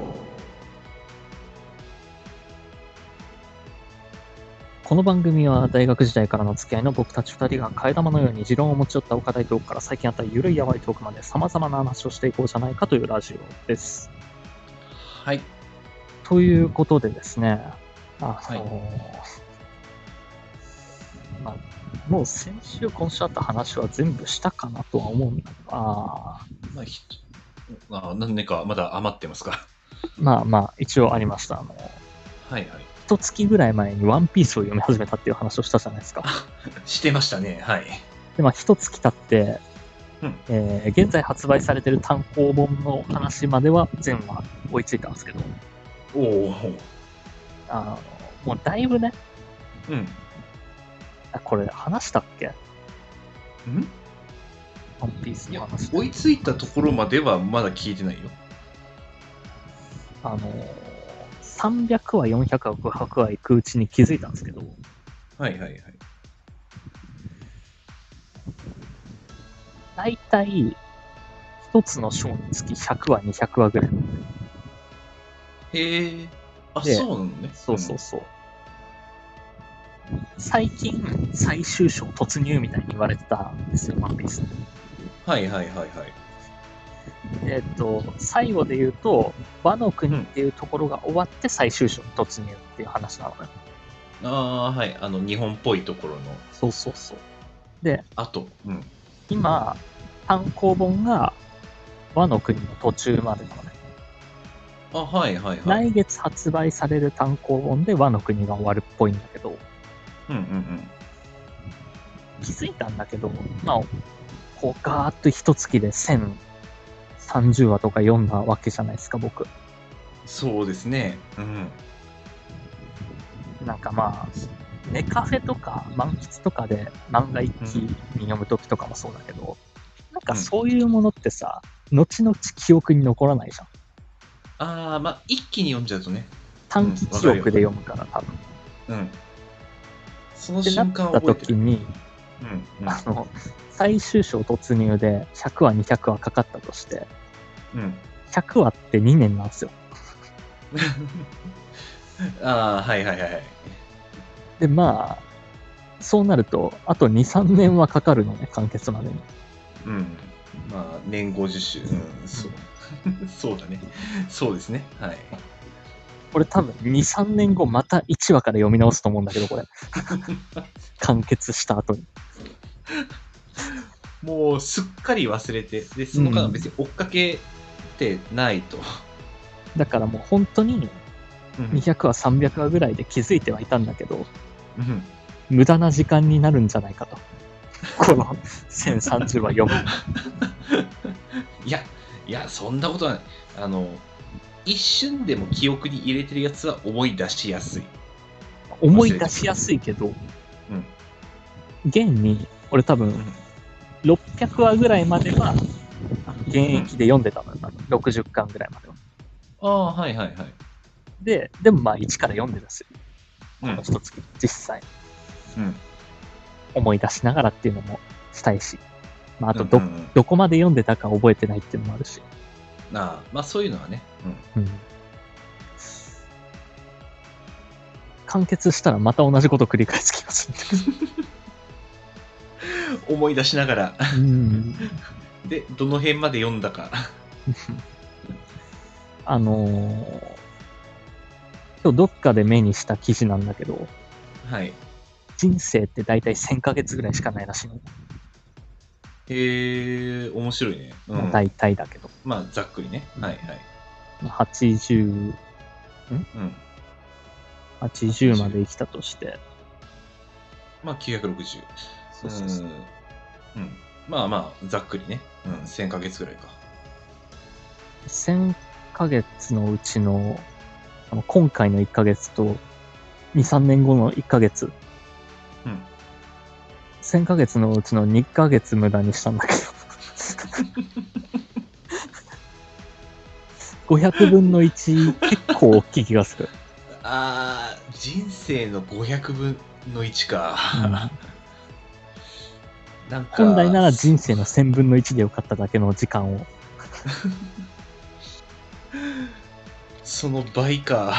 この番組は大学時代からの付き合いの僕たち2人が替え玉のように持論を持ち寄ったお課題トークから最近あったゆるいやわいトークまで様々な話をしていこうじゃないかというラジオです。 はい。 ということでですね、もう先週今週あった話は全部したかなとは思うんだが、 何年かまだ余ってますか。 まあまあ、一応ありました。 はいはい。 一月ぐらい前にワンピースを読み始めたっていう話をしたじゃないですか。 してましたね。はい。 で、まあ、一月経って、 うん。 現在発売されてる単行本の話までは全話追いついたんですけど、 おお。 あもうだいぶね、 うん。 これ話したっけんワンピースいやの話。 追いついたところまではまだ聞いてないよ。 300話、400話、500話行くうちに気づいたんですけど、 はいはいはい。 だいたい一つの章につき100話、200話ぐらい。 へえ。あ、 でそうなのね。 そうそうそう。最近、最終章突入みたいに言われてたんですよ、ワンピース。 はいはいはいはい。 最後で言うと、和の国っていうところが終わって最終章に突入っていう話なのね。 ああ、はい。日本っぽいところのそうそうそう。で、 後。うん。 今、単行本が和の国の途中までなのね。 あ、はいはいはい。 来月発売される単行本で和の国が終わるっぽいんだけど、 うんうんうん。 気づいたんだけど、まあ、こうガーッと一月で1030話とか読んだわけじゃないですか、僕。 そうですね。うん。 なんかまあ、ネカフェとか満喫とかで漫画一気に読むときとかもそうだけど、なんかそういうものってさ、後々記憶に残らないじゃん。 ああ、まあ、一気に読んじゃうとね。 短期記憶で読むから多分。 うん。そのってな瞬間った覚えてる。 時に、最終章突入で100話、200話かかったとして、 うん。 100話って2年なんですよ。 ああ、はいはいはいはい。 で、まあ、そうなると、あと2、3年はかかるのね、完結までに。 うん。まあ、年50週。うん、そう。そうだね。そうですね。はい。 これ多分2、3年後また1話から読み直すと思うんだけど、これ。完結した後に。 もう、すっかり忘れて、で、その間別に追っかけてないと。 だからもう本当にうん。 200話、300話ぐらいで気づいてはいたんだけど、 うん。 無駄な時間になるんじゃないかと。この1030話読む。 いや、そんなことはない。一瞬でも記憶に入れてるやつは思い出しやすい。 思い出しやすいけど、 うん。 現に、俺多分、600話ぐらいまでは、現役で読んでたのよ、多分。60巻ぐらいまでは。 ああ、はいはいはい。 でもまあ1から読んでるんですよ。この一月、実際。 うん。 思い出しながらっていうのもしたいし。まあ、あとうんどこまで読んでたか覚えてないっていうのもあるし。 ああ、まあそういうのはね。 完結したらまた同じこと繰り返す気がするんだけど。 思い出しながら。 うんで、どの辺まで読んだか。 今日どっかで目にした記事なんだけど、 はい。 人生って大体1000ヶ月ぐらいしかないらしいの。 へえ、面白いね。 まあ、大体だけど。 まあ、ざっくりね。はいはい。 まあ80、 うん。 80まで生きたとして。 まあ、960。 そうそうそう。 まあまあ、ざっくりね。1000ヶ月ぐらいか。 1000ヶ月のうちの、今回の1ヶ月と、2、3年後の1ヶ月。1000ヶ月のうちの2ヶ月無駄にしたんだけど。500分の1、結構大きい気がする。 ああ、人生の500分の1か。なんか本来なら人生の1000分の1でよかっただけの時間を。 その倍か。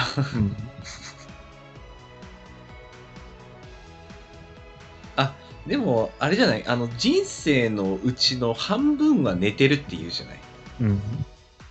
あ、でも、あれじゃない、人生のうちの半分は寝てるって言うじゃない。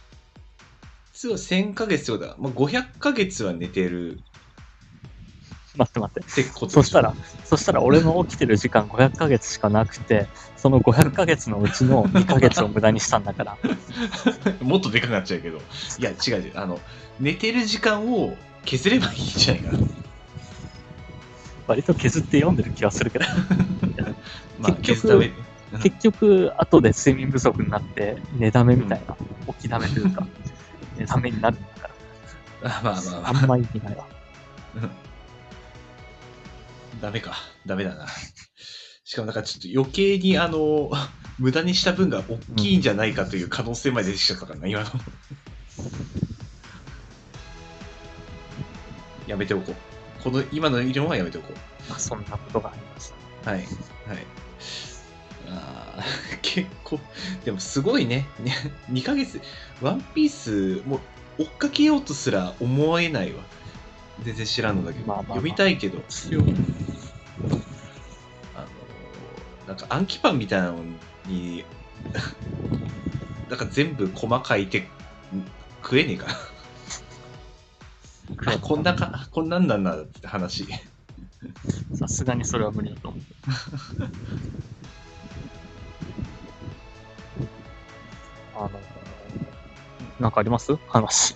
普通は1000ヶ月とかだ。まあ、500ヶ月は寝てる。 待って待って。 鉄骨でしょ。 そしたら俺の起きてる時間500ヶ月しかなくて、その500ヶ月のうちの2ヶ月を無駄にしたんだから。 もっとでかくなっちゃうけど。いや、違う違う。寝てる時間を削ればいいんじゃないかな。 割と削って読んでる気はするけど。 まあ、削った上で。 結局、後で睡眠不足になって、寝だめみたいな、起きだめというか、寝だめになるんだから。 まあまあまあ。 あんま意味ないわ。 ダメか。ダメだな。しかもなんかちょっと余計に無駄にした分が大きいんじゃないかという可能性まで出てきちゃったからな、今の。やめておこう。今の理論はやめておこう。 まあ、そんなことがありました。 はい。はい。結構、でもすごいね。2ヶ月、ワンピース、もう追っかけようとすら思えないわ。全然知らんのだけど。読みたいけど。なんか暗記パンみたいなのに、なんか全部細かいて食えねえかな。こんなんなんだって話。 さすがにそれは無理だと思う。なんかあります話。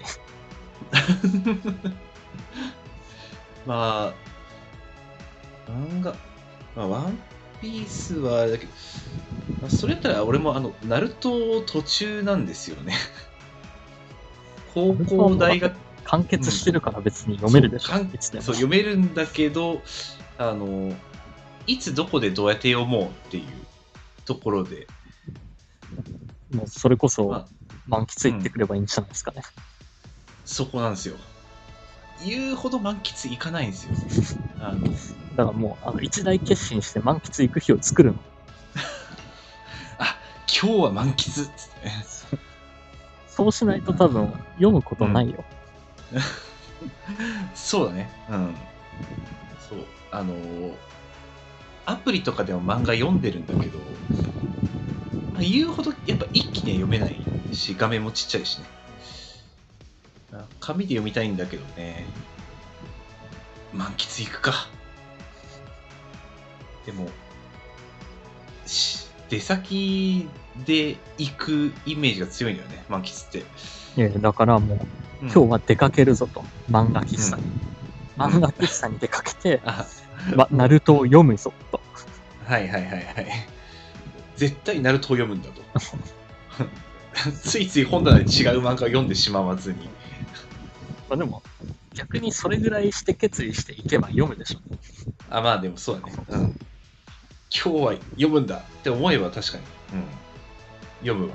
まあ、漫画、まあ、ワンピースは、だけど、まあ、それやったら俺もナルト途中なんですよね。高校、大学。 完結してるから別に読めるでしょ。 そう読めるんだけど、いつどこでどうやって読もうっていうところで。 もうそれこそ満喫行ってくればいいんじゃないですかね。 そこなんですよ。言うほど満喫いかないんですよ。 だからもう一大決心して満喫行く日を作るの。 今日は満喫っつって。 そうしないと多分読むことないよ。 そうだね。そう。アプリとかでも漫画読んでるんだけど、言うほどやっぱ一気には読めないし、画面もちっちゃいしね。紙で読みたいんだけどね。満喫いくか。でも、出先で行くイメージが強いんだよね、満喫って。 いやだからもう、今日は出かけるぞと、漫画喫茶に。漫画喫茶に出かけて、ナルトを読むぞと。 はいはいはいはい。絶対ナルトを読むんだと。ついつい本棚で違う漫画を読んでしまわずに。 まあでも、逆にそれぐらいして決意していけば読むでしょ。 まあでもそうだね。今日は読むんだって思えば確かに。読むわ。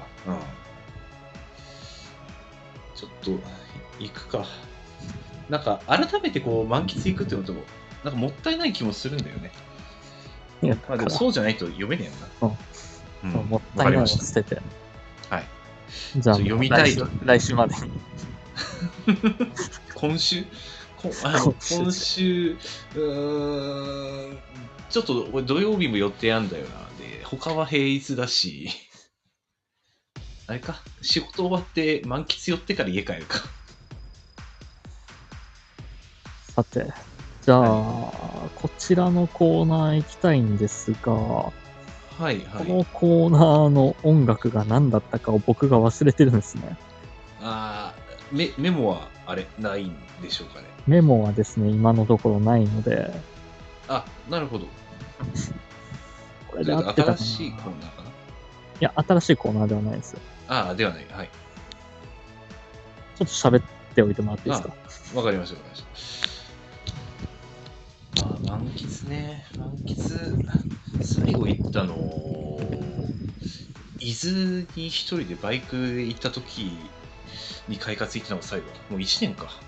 ちょっと、行くか。なんか、改めてこう、満喫行くっていうのと、なんかもったいない気もするんだよね。 いや、 でもそうじゃないと読めねえよな。もったいないを捨てて。 はい。 じゃあ、 読みたいと。 来週までに。 今週、ちょっと土曜日も予定あんだよな。で、他は平日だし、あれか、仕事終わって満喫寄ってから家帰るか。 さて、じゃあ、こちらのコーナー行きたいんですが、このコーナーの音楽が何だったかを僕が忘れてるんですね。 メモはないんでしょうかね。 メモはですね、今のところないので。 なるほど。 これで合ってたかな。 新しいコーナーかな。 いや、新しいコーナーではないですよ。 ではない。はい。 ちょっと喋っておいてもらっていいですか。 わかりました。満喫ね。満喫、最後行ったの、伊豆に一人でバイクで行った時に快活行ったのが最後。もう1年か。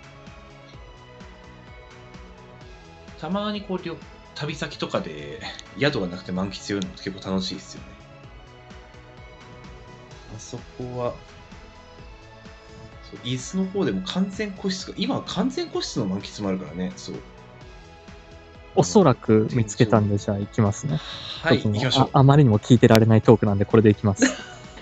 たまにこう、旅先とかで宿がなくて満喫するのって結構楽しいですよね。あそこは、伊豆の方でも完全個室が、今は完全個室の満喫もあるからね、そう。 おそらく見つけたんで、じゃあ行きますね。 はい、行きましょう。 あまりにも聞いてられないトークなんで、これで行きます。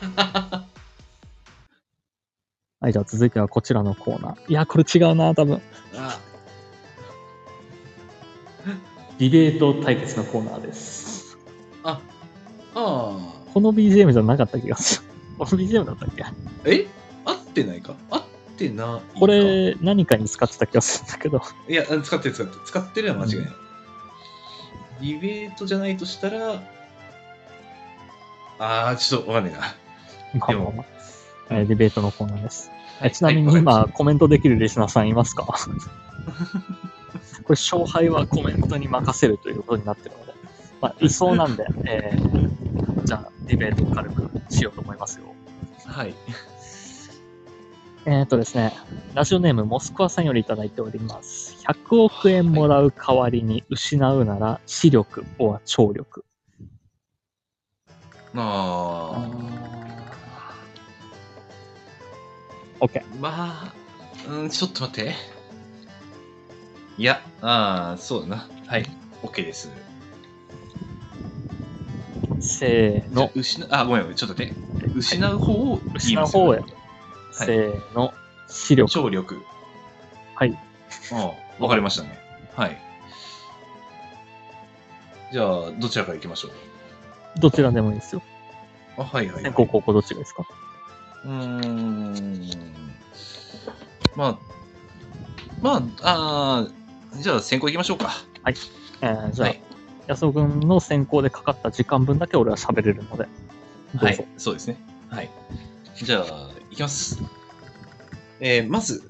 はい、じゃあ続いてはこちらのコーナー。いや、これ違うな、多分。 ディベート対決のコーナーです。 ああ。 この BGM じゃなかった気がする。この BGM だったっけ？ 合ってないか？合ってないか。 これ、何かに使ってた気がするんだけど。 いや、使ってるのは間違いない。ディベートじゃないとしたら、ちょっとわかんないな。 ディベートのコーナーです。ちなみに今、コメントできるリスナーさんいますか？これ、勝敗はコメントに任せるということになってるので、いそうなんで、じゃあ、ディベートを軽くしようと思いますよ。 はい。 ですね、ラジオネームモスクワさんよりいただいております。100億円もらう代わりに失うなら視力or聴力。OK。 ちょっと待って。いや、そうだな。はい、OK です。 せーの。 ごめん、ちょっと待って。失う方を言います。 失う方へ。せーの。視力。 聴力。 はい。 わかりましたね。はい。じゃあ、どちらから行きましょう。 どちらでもいいですよ。 はいはい。 先攻後攻どっちがいいですか？ じゃあ先攻行きましょうか。 はい。じゃあ、安尾君の先攻でかかった時間分だけ俺は喋れるので。 はい、そうですね。はい。じゃあ、行きます。まず、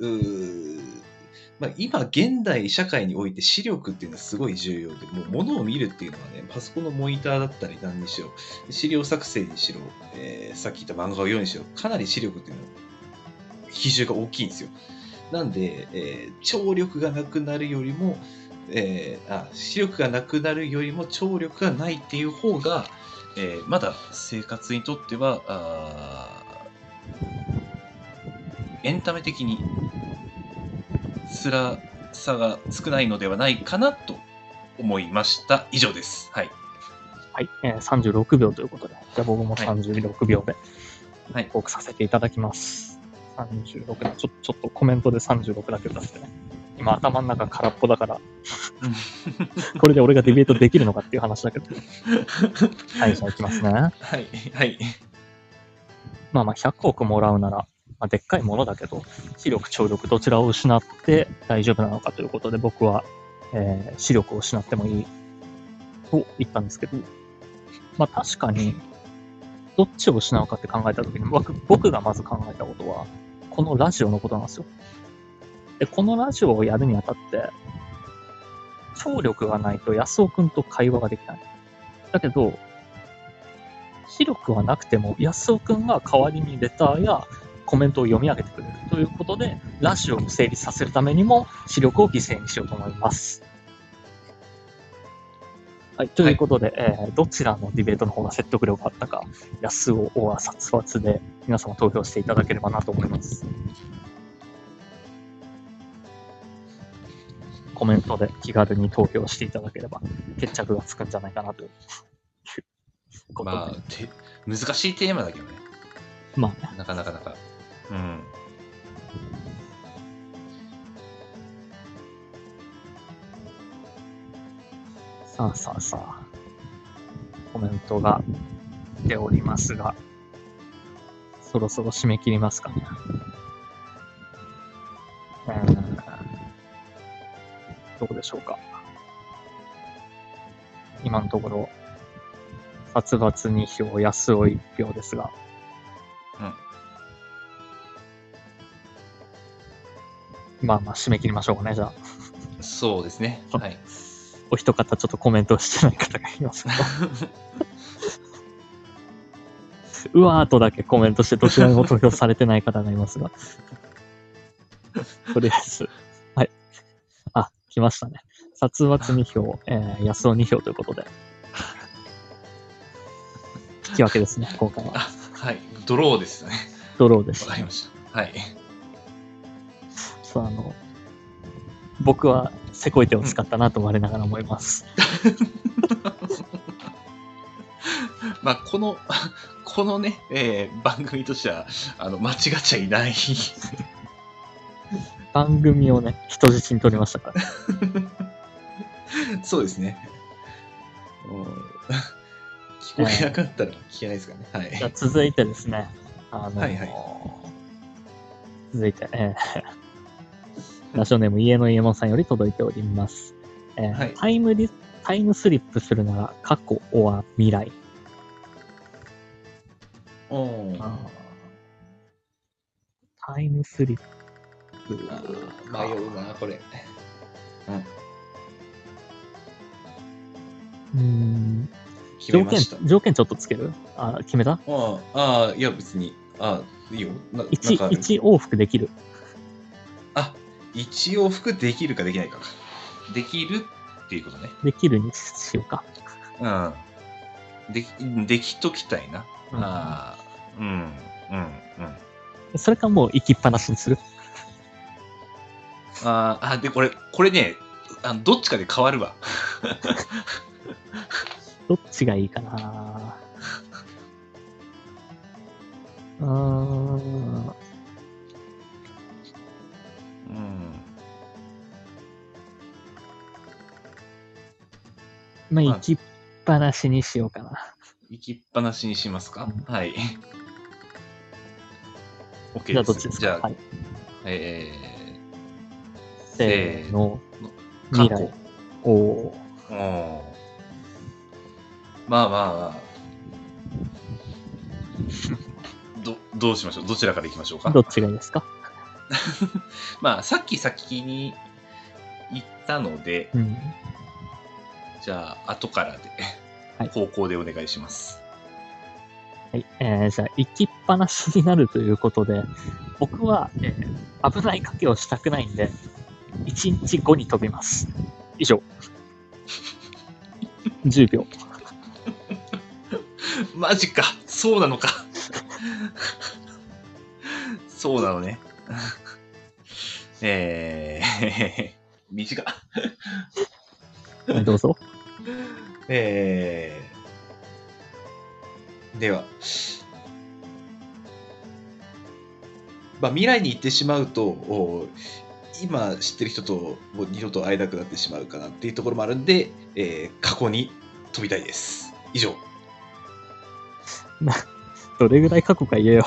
今現代社会において視力っていうのはすごい重要で、もう物を見るっていうのはね、パソコンのモニターだったり何にしろ、資料作成にしろ、さっき言った漫画を読むにしろ、かなり視力っていうのは比重が大きいんですよ。なんで、聴力がなくなるよりも、視力がなくなるよりも聴力がないっていう方が、まだ生活にとってはエンタメ的に辛さが少ないのではないかなと思いました。以上です。はい。 はい、36秒ということで、じゃあ僕も36秒で報告させていただきます。36だ。ちょっとコメントで36だけ出してね。今頭の中空っぽだから、これで俺がディベートできるのかっていう話だけど。はい、じゃあいきますね。 はい、はい。 100億もらうなら、でっかいものだけど、視力、聴力どちらを失って大丈夫なのかということで、僕は、視力を失ってもいいと言ったんですけど、確かに、どっちを失うかって考えたときに、僕がまず考えたことは、このラジオのことなんですよ。で、このラジオをやるにあたって、聴力がないと安尾くんと会話ができない。だけど、視力はなくても安尾くんが代わりにレターやコメントを読み上げてくれるということで、ラジオを成立させるためにも視力を犠牲にしようと思います。はい、ということで、どちらのディベートの方が説得力があったか、安尾or殺伐で皆様投票していただければなと思います。コメントで気軽に投票していただければ決着がつくんじゃないかなという。 難しいテーマだけどね。なかなか。うん。 さあ。コメントが出ておりますが、そろそろ締め切りますかね。どうでしょうか。今のところ、殺伐2票、安尾1票ですが。締め切りましょうかね、じゃあ。 そうですね。はい。 お一方、ちょっとコメントしてない方がいますけど。うわーとだけコメントして、どちらにも投票されてない方がいますが。とりあえず、はい。来ましたね。殺伐2票、安尾2票ということで。引き分けですね、今回は。 はい。ドローですね。 ドローです。 わかりました。はい。 僕はせこい手を使ったなと我ながら思います。 このね、番組としては間違っちゃいない番組をね、人質に取りましたから。 そうですね。もう聞こえなくなったら聞けないですからね。 じゃあ続いてですね、 はいはい。 続いて、ラジオネーム家の家門さんより届いております。 はいタイムスリップするなら過去は未来。 おータイムスリップ迷うな、これ。決めました。 条件ちょっとつける？決めた？ いや別に。いいよ。 1往復できる。 1往復できるかできないか。できるっていうことね。 できるにしようか。 できときたいな。 それかもう行きっぱなしにする。 で、これね、どっちかで変わるわ。 どっちがいいかな。まあ、行きっぱなしにしようかな。 行きっぱなしにしますか？はい。OK です。 じゃあどっちですか？ じゃあ、 はい、 せーの。 未来。 まあ。どうしましょう？どちらから行きましょうか？ どっちがいいですか？ まあ、さっき先に言ったので、じゃあ、後からで、方向でお願いします。 はい。じゃあ、行きっぱなしになるということで、僕は、危ない賭けをしたくないんで、1日後に飛びます。以上。10秒。 マジか。そうなのか。そうなのね。短っ。 どうぞ。 では、未来に行ってしまうと、今知ってる人ともう二度と会えなくなってしまうかなっていうところもあるんで、過去に飛びたいです。以上。 どれぐらい過去か言えよ。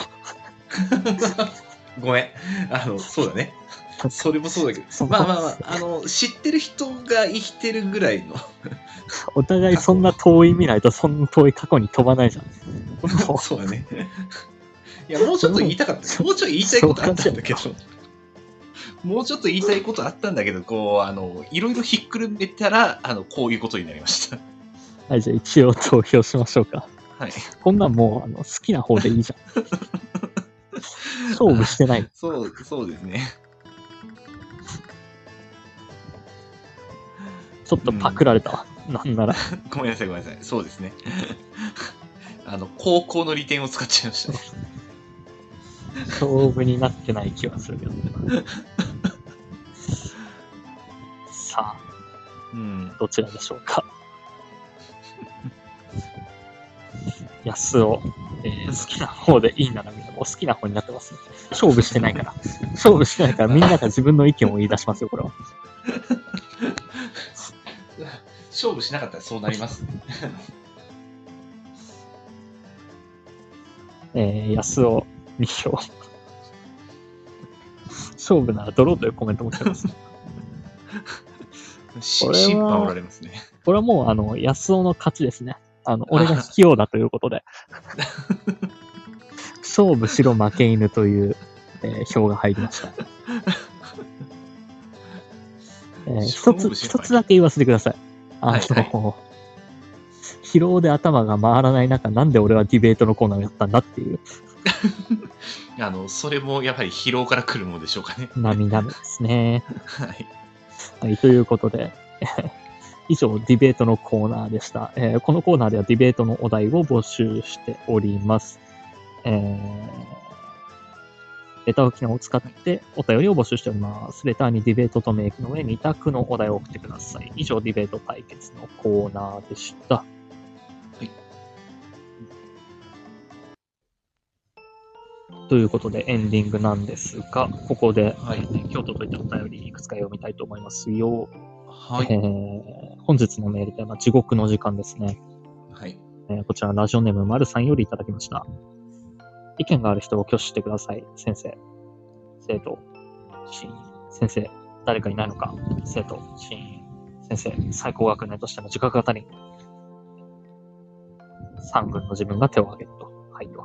ごめん。そうだね。それもそうだけど。まあ、知ってる人が生きてるぐらいの。 お互いそんな遠い未来とそんな遠い過去に飛ばないじゃん。 そうだね。いや、もうちょっと言いたかった。もうちょい言いたいことあったんだけど。もうちょっと言いたいことあったんだけど、いろいろひっくるめたら、こういうことになりました。 はい、じゃあ一応投票しましょうか。 はい。 こんなんもう、好きな方でいいじゃん。勝負してない。 そうですね。 ちょっとパクられたわ。なんなら。 ごめんなさい。そうですね。高校の利点を使っちゃいましたね。 勝負になってない気はするけどね。さあ、どちらでしょうか。安尾、好きな方でいいならみんなもう好きな方になってますね。勝負してないから、みんなが自分の意見を言い出しますよ、これは。 勝負しなかったらそうなります。 安尾2票。勝負ならドローというコメントも来てます。 審判おられますね。 これはもう、安尾の勝ちですね。俺が卑怯だということで。勝負しろ負け犬という、票が入りました。一つだけ言わせてください。疲労で頭が回らない中、なんで俺はディベートのコーナーをやったんだっていう。 それもやはり疲労から来るものでしょうかね。 涙目ですね。 はい。 はい、ということで、以上ディベートのコーナーでした。このコーナーではディベートのお題を募集しております。レター機能を使ってお便りを募集しております。レターにディベートと明記の上2択のお題を送ってください。以上ディベート対決のコーナーでした。はい。ということでエンディングなんですが、ここで、今日届いたお便りいくつか読みたいと思いますよ。 はい。 本日のメールテーマ、地獄の時間ですね。 はい。 こちら、ラジオネーム、まるさんよりいただきました。意見がある人を挙手してください。先生。生徒。シーン。先生。誰かいないのか。生徒。シーン。先生。最高学年としての自覚が足りん。三軍の自分が手を挙げると。はいと。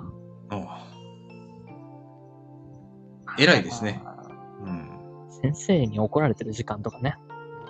偉いですね。うん。 先生に怒られてる時間とかね。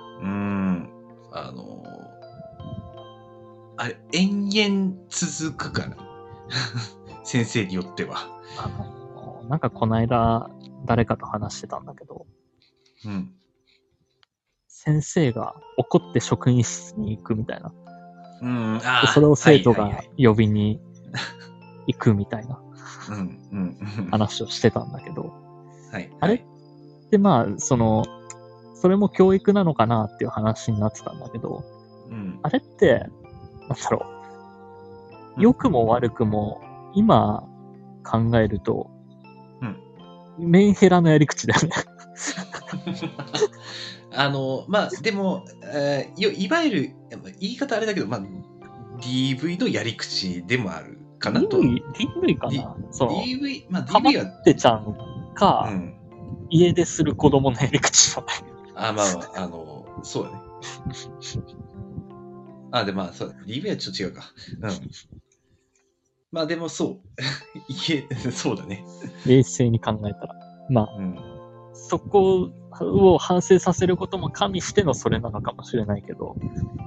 あれ、延々続くから。先生によっては。 なんかこの間、誰かと話してたんだけど、 うん。 先生が怒って職員室に行くみたいな。 でそれを生徒が呼びに行くみたいな話をしてたんだけど、 はい。 あれってまあ、それも教育なのかなっていう話になってたんだけど、あれって、なんだろう、良くも悪くも、今考えると、メンヘラのやり口だよね。 まあ、でも、いわゆる、言い方あれだけど、まあ、DV のやり口でもあるかなと。 DV かな DV、まあ、 かま DV は。 ってちゃんか、家出する子供のやり口じゃない。 まあ、そうだね。で、まあ、そうだ。DV はちょっと違うか。まあ、でもそう。そうだね。 冷静に考えたら。まあ、そこを反省させることも加味してのそれなのかもしれないけど。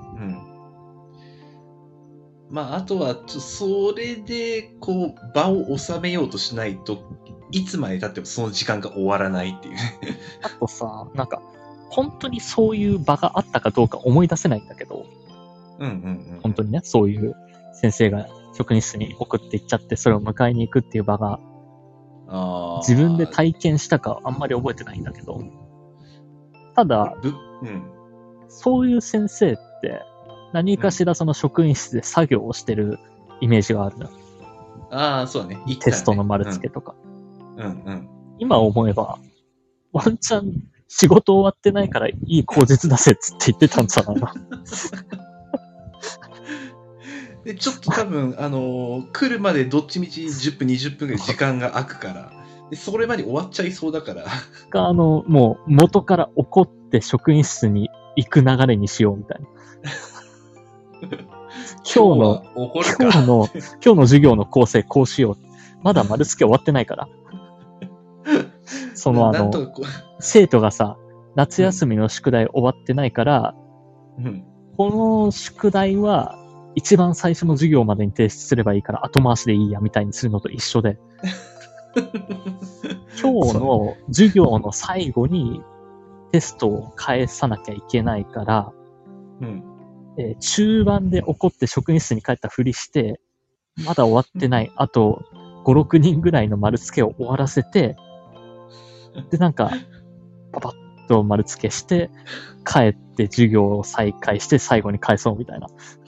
まあ、あとは、それで、こう、場を収めようとしないと、いつまで経ってもその時間が終わらないっていう。 あとさ、なんか、本当にそういう場があったかどうか思い出せないんだけど、本当にね、そういう先生が職員室に送って行っちゃって、それを迎えに行くっていう場が、自分で体験したかあんまり覚えてないんだけど、ただ、そういう先生って、何かしらその職員室で作業をしてるイメージがあるの。 そうだね。 テストの丸付けとか。今思えば、ワンチャン仕事終わってないからいい口実出せっつって言ってたんじゃないの。 で、ちょっと多分、来るまでどっちみち10分、20分ぐらい時間が空くから、でそれまで終わっちゃいそうだから。 もう元から怒って職員室に行く流れにしようみたいな。今日の授業の構成こうしよう。まだ丸付け終わってないから。生徒がさ、夏休みの宿題終わってないから、この宿題は一番最初の授業までに提出すればいいから後回しでいいやみたいにするのと一緒で、今日の授業の最後にテストを返さなきゃいけないから、中盤で怒って職員室に帰ったふりして、まだ終わってない、あと5、6人ぐらいの丸付けを終わらせて、で、なんか、パパッと丸付けして、帰って授業を再開して最後に返そうみたいな。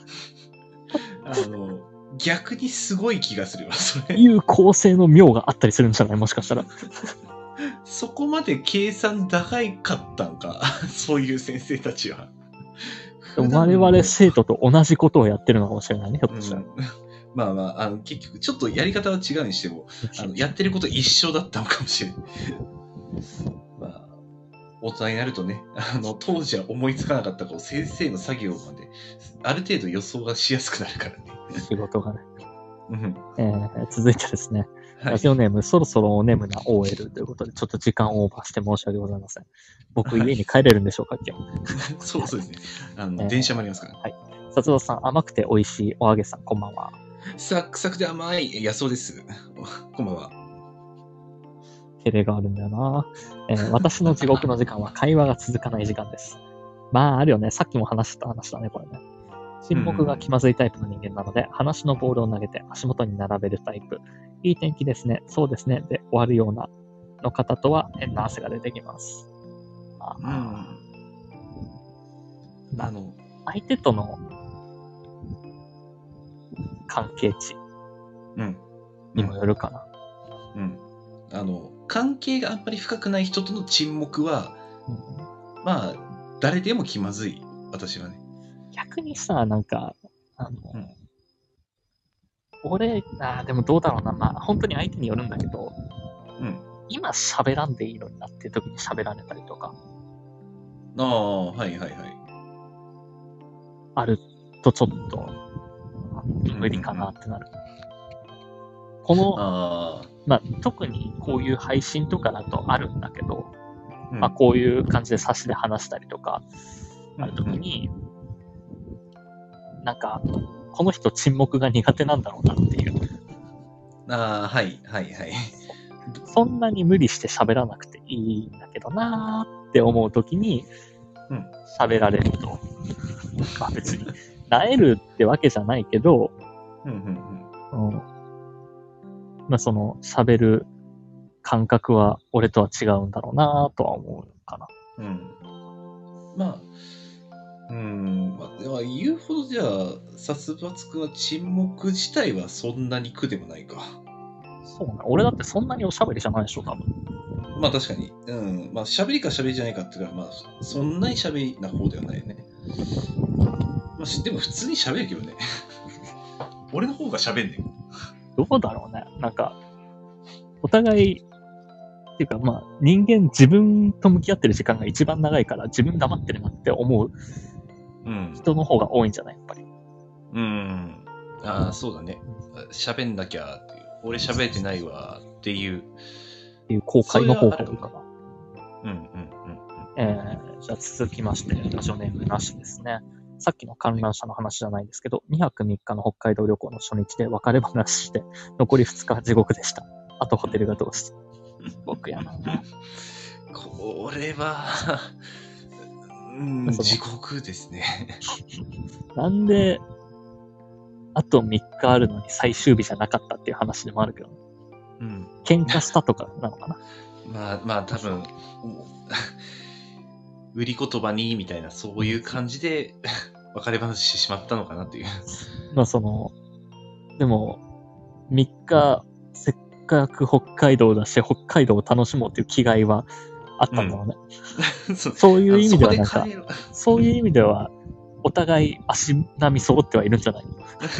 逆にすごい気がするわ、それ。 いう構成の妙があったりするんじゃないもしかしたら。 そこまで計算高いかったんか、そういう先生たちは。 我々生徒と同じことをやってるのかもしれないね、ひょっとしたら。 まあまあ、結局、ちょっとやり方は違うにしても、やってること一緒だったのかもしれない。まあ、大人になるとね、当時は思いつかなかったこう先生の作業まで、ある程度予想がしやすくなるからね。 仕事がね。続いてですね、ラジオネーム、そろそろお眠な OL ということで、ちょっと時間オーバーして申し訳ございません。僕、家に帰れるんでしょうか、今日。 そうですね。電車もありますから。 はい。薩田さん、甘くて美味しいお揚げさん、こんばんは。 サクサクで甘い野草です。こんばんは。 照れがあるんだよな。私の地獄の時間は会話が続かない時間です。まあ、あるよね。さっきも話した話だね、これね。沈黙が気まずいタイプの人間なので、話のボールを投げて足元に並べるタイプ。いい天気ですね。そうですね。で終わるようなの方とは変な汗が出てきます。相手との関係値にもよるかな。 関係があんまり深くない人との沈黙は、まあ、 誰でも気まずい、私はね。 逆にさ、なんか、 うん。 でもどうだろうな。まあ、本当に相手によるんだけど、 うん。 今喋らんでいいのになっていう時に喋られたりとか、 ああ、はいはいはい。 あるとちょっと、無理かなってなる。この、 ああ、 まあ、特にこういう配信とかだとあるんだけど、 うん。 まあ、こういう感じで差しで話したりとか、ある時に、なんか、この人沈黙が苦手なんだろうなっていう。 ああ、はいはいはい。 そんなに無理して喋らなくていいんだけどなーって思う時にうん、 喋られると、まあ別に、萎えるってわけじゃないけど、 うんうんうん。 まあその喋る感覚は俺とは違うんだろうなとは思うかな。 うん。まあ、では言うほどじゃあ、殺伐君は沈黙自体はそんなに苦でもないか。 そうね。俺だってそんなにおしゃべりじゃないでしょ、多分。 まあ確かに。まあ喋りか喋りじゃないかっていうか、まあそんなに喋りな方ではないよね。まあでも普通に喋るけどね。俺の方が喋んねん。 どうだろうね。なんか、お互い、っていうかまあ人間自分と向き合ってる時間が一番長いから自分黙ってるなって思う人の方が多いんじゃないやっぱり。 ああ、そうだね。喋んなきゃっていう。俺喋れてないわっていう。 っていう後悔の方が多いかな。じゃあ続きまして、ラジオネームなしですね。さっきの観覧車の話じゃないんですけど、2泊3日の北海道旅行の初日で別れ話して、残り2日地獄でした。あとホテルがどうして。僕やな。 これは、地獄ですね。 なんで、あと3日あるのに最終日じゃなかったっていう話でもあるけど、喧嘩したとかなのかな。 まあ多分、売り言葉にみたいなそういう感じで別れ話してしまったのかなっていう。 まあでも3日せっかく北海道だし北海道を楽しもうっていう気概はあったんだろうね。そういう意味ではなんか、そういう意味ではお互い足並み揃ってはいるんじゃないの？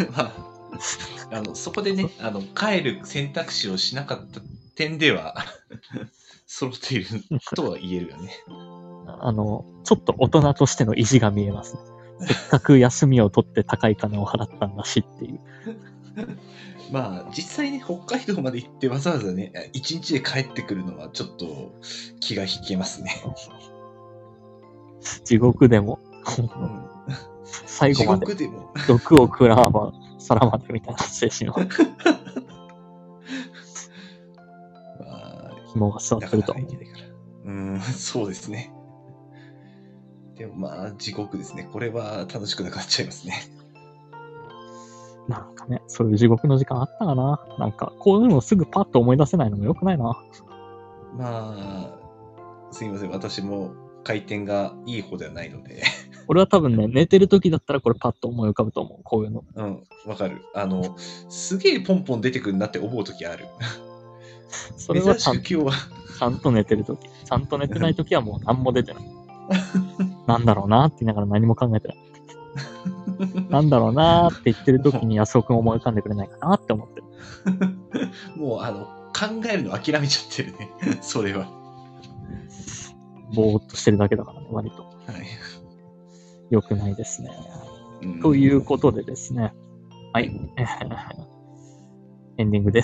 そこでね、帰る選択肢をしなかった点では揃っているとは言えるよね。 ちょっと大人としての意地が見えますね。せっかく休みを取って高い金を払ったんだしっていう。 まあ、実際ね、北海道まで行ってわざわざね、一日で帰ってくるのはちょっと気が引けますね。 地獄でも、最後まで毒を食らわば皿までみたいな精神は。紐が座ってると。 そうですね。でもまあ、地獄ですね。これは楽しくなくなっちゃいますね。 なんかね、そういう地獄の時間あったかな。なんか、こういうのすぐパッと思い出せないのも良くないな。 まあ、すいません。私も回転がいい方ではないので。 俺は多分ね、寝てる時だったらこれパッと思い浮かぶと思う。こういうの。 わかる。すげえポンポン出てくるなって思う時ある。 それはちゃんと寝てる時。ちゃんと寝てない時はもう何も出てない。なんだろうなって言いながら何も考えてない。なんだろうなって言ってる時に安尾くん思い浮かんでくれないかなって思ってる。 もう考えるの諦めちゃってるね。それは。 ぼーっとしてるだけだからね、割と。 はい。 良くないですね。ということでですね。はい。エンディングです。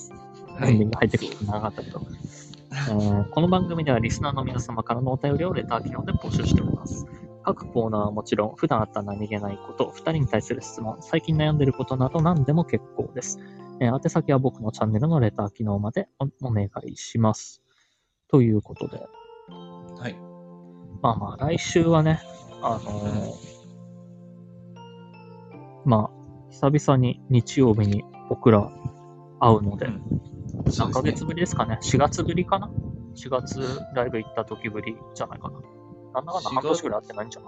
エンディング入ってくると長かったけど。この番組ではリスナーの皆様からのお便りをレター機能で募集しております。各コーナーはもちろん、普段あった何気ないこと、2人に対する質問、最近悩んでいることなど何でも結構です。宛先は僕のチャンネルのレター機能までお願いします。ということで。 はい。 まあ、来週はね、まあ、久々に日曜日に僕ら会うので、何ヶ月ぶりですかね。4月ぶりかな ?4 月ライブ行った時ぶりじゃないかな。なんだかんだ半年ぐらい会ってないんじゃない？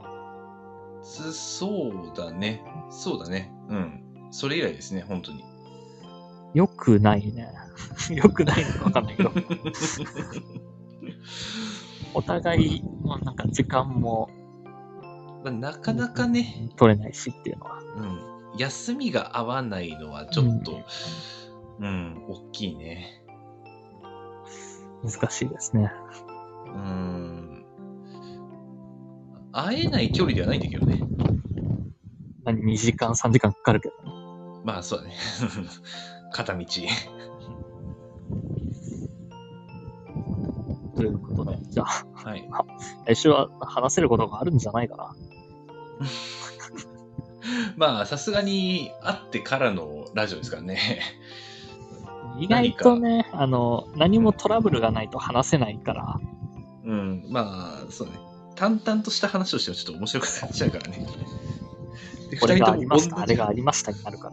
そうだね。そうだね。それ以来ですね、本当に。 よくないね。よくないのかわかんないけど。お互いのなんか時間もまあ、なかなかね、 取れないしっていうのは。 休みが合わないのはちょっと、大きいね。 難しいですね。 会えない距離ではないんだけどね。 2時間、3時間かかるけどね。 まあ、そうだね。片道。 ということで、じゃあ、 はい。 来週は話せることがあるんじゃないかな。 まあ、さすがに会ってからのラジオですからね。 意外とね、何もトラブルがないと話せないから。 まあ、そうね。淡々とした話をしてもちょっと面白くなっちゃうからね。 これがありました、あれがありましたになるから。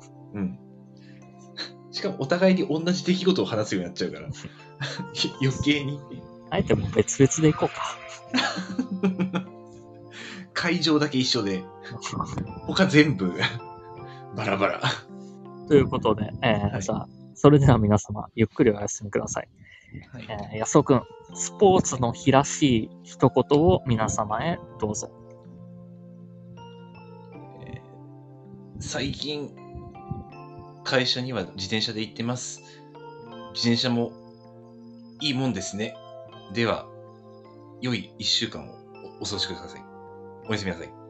しかもお互いに同じ出来事を話すようになっちゃうから。余計に。 あえてもう別々で行こうか。 会場だけ一緒で、他全部バラバラ。 ということで、じゃあ、それでは皆様、ゆっくりお休みください。安尾くん、スポーツの日らしい一言を皆様へどうぞ。 最近、会社には自転車で行ってます。自転車もいいもんですね。では、良い1週間をお過ごしください。おやすみなさい。